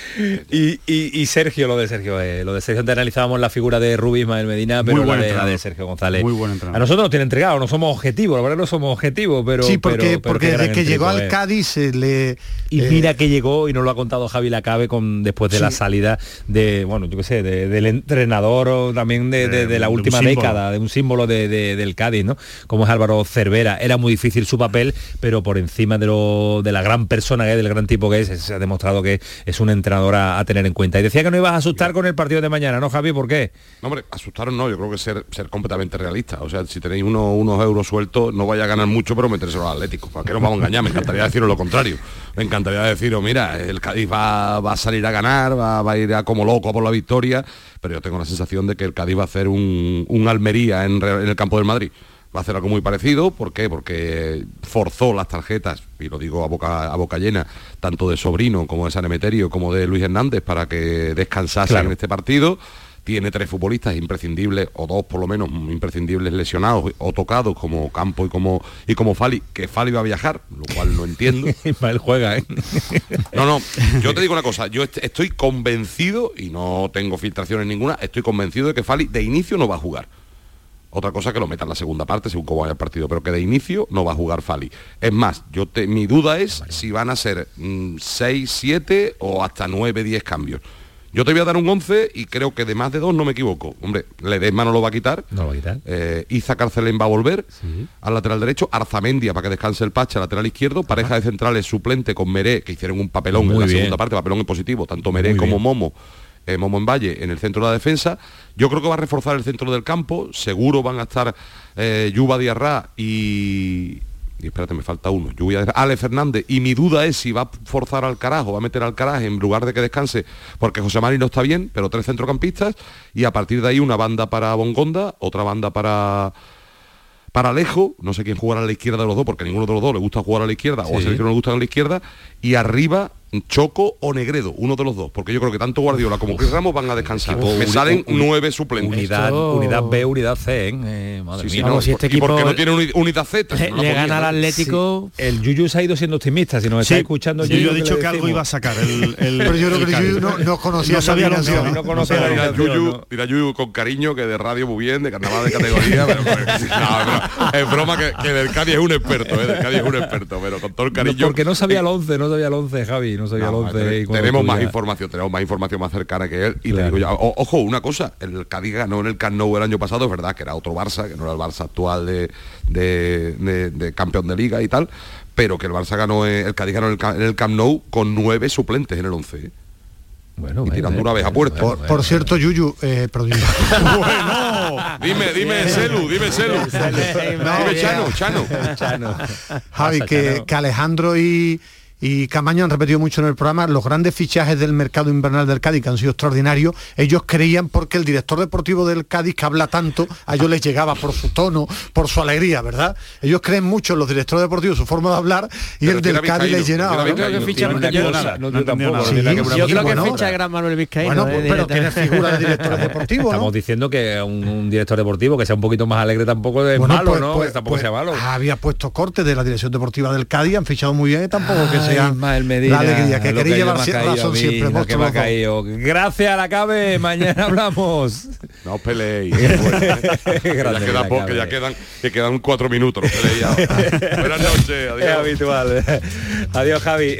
Y, y, y Sergio, lo de Sergio, eh, lo de Sergio, te analizábamos la figura de Rubí Ismael Medina, pero la de, la de Sergio González. Muy buen entrenador. A nosotros nos tiene entregado, no somos objetivos, la verdad no somos objetivos, pero sí, porque, pero, porque pero desde que llegó al Cádiz se le y eh, mira que llegó, y nos lo ha contado Javi Lacabe con después de sí. la salida de, bueno, yo qué sé, de, del entrenador o también de, de, de la de última década, de un símbolo de, de, del Cádiz, ¿no? Como es Álvaro Cervera. Era muy difícil su papel, pero por encima de lo de la gran persona que es, del gran tipo que es, se ha demostrado que es un entrenador a, a tener en cuenta. Y decía que no ibas a asustar con el partido de mañana, ¿no, Javi? ¿Por qué? No, hombre, asustaros no, yo creo que ser, ser completamente realista. O sea, si tenéis uno, unos euros sueltos, no vaya a ganar mucho, pero metérselo al Atlético. ¿Para qué nos vamos a engañar? Me encantaría deciros lo contrario. Me encantaría deciros, mira, el Cádiz va, va a salir a ganar, va, va a ir a como loco por la victoria, pero yo tengo la sensación de que el Cádiz va a hacer un, un Almería en, en el campo del Madrid. Va a hacer algo muy parecido. ¿Por qué? Porque forzó las tarjetas, y lo digo a boca, a boca llena, tanto de Sobrino como de San Emeterio como de Luis Hernández, para que descansasen claro. en este partido. Tiene tres futbolistas imprescindibles, o dos por lo menos imprescindibles lesionados o tocados, como Campo y como y como Fali, que Fali va a viajar, lo cual no entiendo. Él juega, ¿eh? No, no, yo te digo una cosa, yo est- estoy convencido, y no tengo filtraciones ninguna, estoy convencido de que Fali de inicio no va a jugar. Otra cosa que lo meta en la segunda parte, según cómo vaya el partido, pero que de inicio no va a jugar Fali. Es más, yo te, mi duda es si van a ser seis, siete o hasta nueve, diez cambios. Yo te voy a dar un once y creo que de más de dos no me equivoco. Hombre, Ledesma no lo va a quitar. No lo va a quitar. Eh, Iza Carcelén va a volver sí. al lateral derecho. Arzamendia para que descanse el Pacha, lateral izquierdo. Ajá. Pareja de centrales suplente con Meré, que hicieron un papelón Muy en la bien. segunda parte, papelón en positivo. Tanto Meré Muy como bien. Momo. Eh, Momo en Valle en el centro de la defensa. Yo creo que va a reforzar el centro del campo. Seguro van a estar eh, Yuba Diarra y... y espérate, me falta uno, yo voy a decir Ale Fernández, y mi duda es si va a forzar al carajo, va a meter al carajo en lugar de que descanse, porque José Mari no está bien, pero tres centrocampistas, y a partir de ahí una banda para Bongonda, otra banda para para Alejo, no sé quién jugará a la izquierda de los dos, porque ninguno de los dos le gusta jugar a la izquierda, sí. o a Sergio no le gusta a la izquierda, y arriba Choco o Negredo, uno de los dos, porque yo creo que tanto Guardiola como Chris Ramos van a descansar. Equipo, me salen un, nueve suplentes. Unidad, Esto... unidad B, unidad C, ¿eh? eh madre sí, mía. Sí, no, si este ¿y equipo por qué no tiene unidad Z? Le, no le gana al Atlético. Sí. El Yuyu se ha ido siendo optimista, si nos sí. está escuchando. Yo, yo he dicho que, que algo iba a sacar. El, el, Pero yo creo que el Yuyu no, no conocía no sabía la no, no conocía la alineación. Mira Yuyu con cariño, que de radio muy bien, de carnaval de categoría, pero, pero no, es broma que, que del Cádiz es un experto, ¿eh? Del Cádiz es un experto, pero con todo el cariño. No, porque no sabía el once, no sabía el once, Javi, no sabía el once. Tenemos más información, tenemos más información más cercana que él, y claro. te digo ya, o, ojo, una cosa, el Cádiz ganó en el Camp Nou el año pasado, es verdad que era otro Barça, que no era el Barça actual de, de, de, de campeón de liga y tal, pero que el Barça ganó, el Cádiz ganó en el, en el Camp Nou con nueve suplentes en el once. ¿eh? Bueno, y bueno, tirando bueno, una vez a puerta. Por, bueno, por bueno. cierto, Yuyu, eh, prodigio. Bueno, dime, dime, Celu, dime, Celu. Dime, Chano, Chano. Chano. Javi, Pasa, que, Chano. que Alejandro y, y Camaño han repetido mucho en el programa los grandes fichajes del mercado invernal del Cádiz, que han sido extraordinarios. Ellos creían, porque el director deportivo del Cádiz, que habla tanto, a ellos les llegaba por su tono, por su alegría, ¿verdad? Ellos creen mucho en los directores deportivos, su forma de hablar, y Pero el del Cádiz les llenaba. Yo creo que ficha no yo, nada, no, no yo tampoco. nada. Sí, yo creo que bueno, ficha gran Manuel Vizcaíno. Bueno, eh, pero tiene figura de director deportivo, ¿no? Estamos diciendo que un, un director deportivo que sea un poquito más alegre tampoco es Bueno, malo, pues, ¿no? pues, que tampoco pues, sea malo. Había puesto corte de la dirección deportiva del Cádiz, han fichado muy bien, y tampoco que sea Ismael Medina, la alegría, que lo quería que llevar me ha caído razón a mí, siempre. lo que me ha caído. Gracias a la Cabe, mañana hablamos. No os peleéis. Bueno, que, ya queda po- que ya quedan que quedan cuatro minutos. No peleéis ahora. Buenas noches, adiós. Es habitual. Adiós, Javi.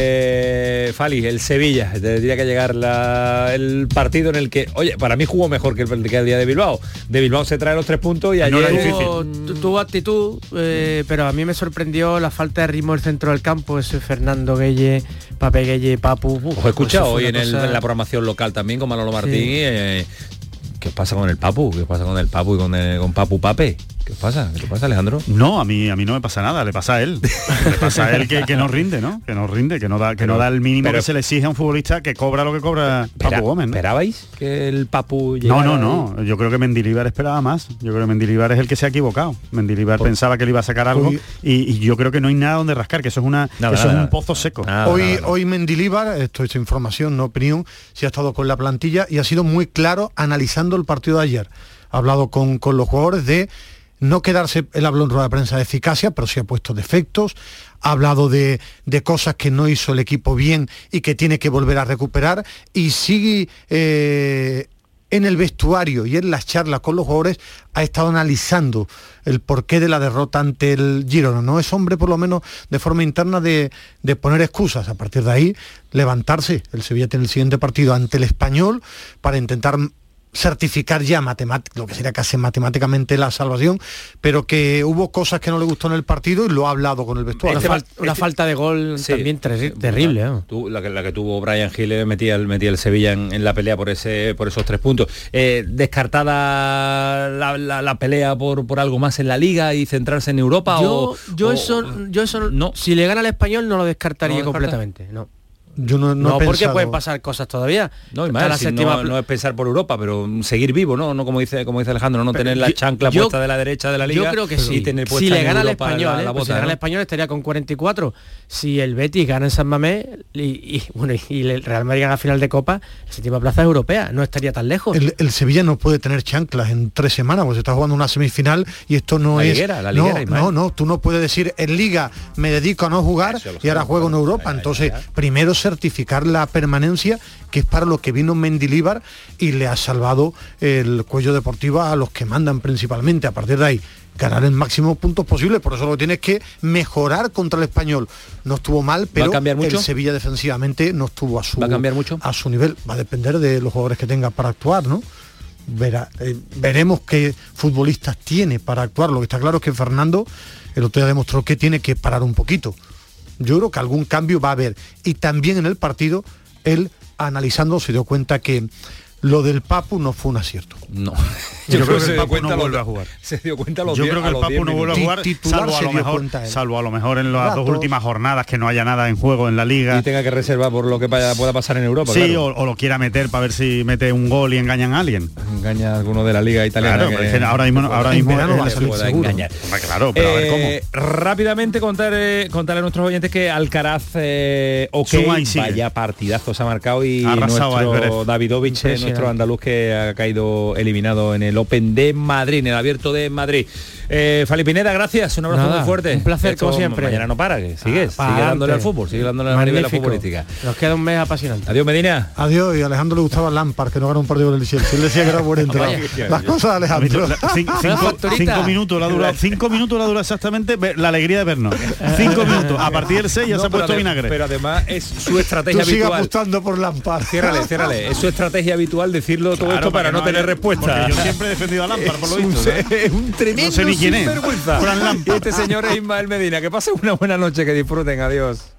Eh, Fali, el Sevilla. Tendría que llegar la, el partido en el que, oye, para mí jugó mejor que el, que el día de Bilbao. De Bilbao se trae los tres puntos y No ayer... era tuvo, tu- tuvo actitud, eh, pero a mí me sorprendió la falta de ritmo del centro del campo, ese Fernando Gueye, Pape Gueye, Papu. Uf, Os he escuchado eso fue hoy en, una el, cosa- en la programación local también con Manolo Martín. Sí. Eh, ¿Qué os pasa con el Papu? ¿Qué os pasa con el Papu y con, el, con Papu Pape? ¿Qué pasa? ¿Qué te pasa, Alejandro? No, a mí a mí no me pasa nada, le pasa a él. Le pasa a él que, que no rinde, ¿no? Que no rinde, que no da que pero, no da el mínimo pero, que se le exige a un futbolista que cobra lo que cobra espera, Papu Gómez, ¿no? ¿Esperabais que el Papu llegara? No, no, no. Yo creo que Mendilibar esperaba más. Yo creo que Mendilibar es el que se ha equivocado. Mendilibar Por... pensaba que le iba a sacar algo y, y yo creo que no hay nada donde rascar, que eso es una nada, eso nada, es un pozo seco. Nada, hoy nada, nada. hoy Mendilibar, esto es información, no opinión, sí ha estado con la plantilla y ha sido muy claro analizando el partido de ayer. Ha hablado con, con los jugadores de no quedarse, él habló en rueda de prensa de eficacia, pero sí ha puesto defectos, ha hablado de, de cosas que no hizo el equipo bien y que tiene que volver a recuperar, y sigue eh, en el vestuario y en las charlas con los jugadores ha estado analizando el porqué de la derrota ante el Girona. No es hombre, por lo menos de forma interna, de, de poner excusas. A partir de ahí, levantarse. El Sevilla tiene el siguiente partido ante el Español para intentar certificar ya matemátic- lo que sería casi matemáticamente la salvación, pero que hubo cosas que no le gustó en el partido y lo ha hablado con el vestuario. Este, una, fal- una este, falta de gol sí, también ter- terrible. ¿no? Tú, la, que, la que tuvo Brian Hill metía el, metía el Sevilla en, en la pelea por ese por esos tres puntos. Eh, descartada la, la, la pelea por, por algo más en la Liga y centrarse en Europa. Yo, o, yo o, eso, yo eso no. Si le gana al Español no lo descartaría no completamente. No. Yo no, no, no he porque pensado... pueden pasar cosas todavía. No, y más, si séptima... no, no es pensar por Europa, pero seguir vivo, ¿no? No como dice como dice Alejandro, no pero tener la chancla yo, puesta de la derecha de la Liga. Yo creo que sí. Y tener si le gana al Español, la, la eh, bota, pues si le gana al ¿no? Español estaría con cuarenta y cuatro. Si el Betis gana en San Mamés y, y bueno y el Real Madrid gana a final de Copa, la séptima plaza es europea, no estaría tan lejos. El, el Sevilla no puede tener chanclas en tres semanas, porque se está jugando una semifinal y esto no la es... Liguera, la liguera, no, no, no, tú no puedes decir en Liga me dedico a no jugar y ahora juego en Europa. Entonces, primero certificar la permanencia, que es para lo que vino Mendilibar y le ha salvado el cuello deportivo a los que mandan principalmente. A partir de ahí, ganar el máximo puntos posible, por eso lo tienes que mejorar contra el Español. No estuvo mal, pero el Sevilla defensivamente no estuvo a su, ¿Va a cambiar mucho? a su nivel. Va a depender de los jugadores que tenga para actuar, ¿no? Verá, eh, veremos qué futbolistas tiene para actuar. Lo que está claro es que Fernando el otro día demostró que tiene que parar un poquito. Yo creo que algún cambio va a haber. Y también en el partido, él analizando se dio cuenta que lo del Papu no fue un acierto. No. Yo, Yo creo, creo que el Papu no vuelve a jugar. Se dio cuenta los Yo diez, creo que el Papu no vuelve a jugar, salvo a, lo mejor, salvo a lo mejor en las Ratos. dos últimas jornadas que no haya nada en juego en la Liga. Y tenga que reservar por lo que vaya, pueda pasar en Europa. Sí, claro. o, o lo quiera meter para ver si mete un gol y engañan a alguien. Engaña a alguno de la Liga italiana. Claro, que, que ahora mismo, ahora mismo no va a salir seguro. Engañar. Claro, pero eh, a ver cómo. Rápidamente contar, eh, contarle a nuestros oyentes que Alcaraz, eh, ok, vaya partidazo se ha marcado y nuestro Davidovich, nuestro andaluz que ha caído eliminado en el Open de Madrid, en el Abierto de Madrid. Eh, Fali Pineda, gracias, un abrazo Nada, muy fuerte. Un placer, Esto, como siempre. Mañana no para, que sigues, ah, sigue dándole al fútbol, sigue dándole a nivel futbolística. Nos queda un mes apasionante. Adiós, Medina. Adiós, y a Alejandro le gustaba Lampard, que no ganó un partido con el Chelsea. Él decía que era buen entrado. Las cosas de Alejandro. Cinco, cinco, cinco minutos, la ha durado, cinco minutos la dura exactamente la alegría de vernos. Cinco minutos. A partir del seis ya no, se ha puesto vinagre. Pero además es su estrategia Tú habitual. Sigue apostando por Lampard. Ciérrale, ciérrale. Es su estrategia habitual decirlo todo claro, esto para no, no tener respuesta. Yo siempre he defendido a Lampard, por lo visto. Es un tremendo no sé ni quién es. Y este señor es Ismael Medina. Que pase una buena noche, que disfruten. Adiós.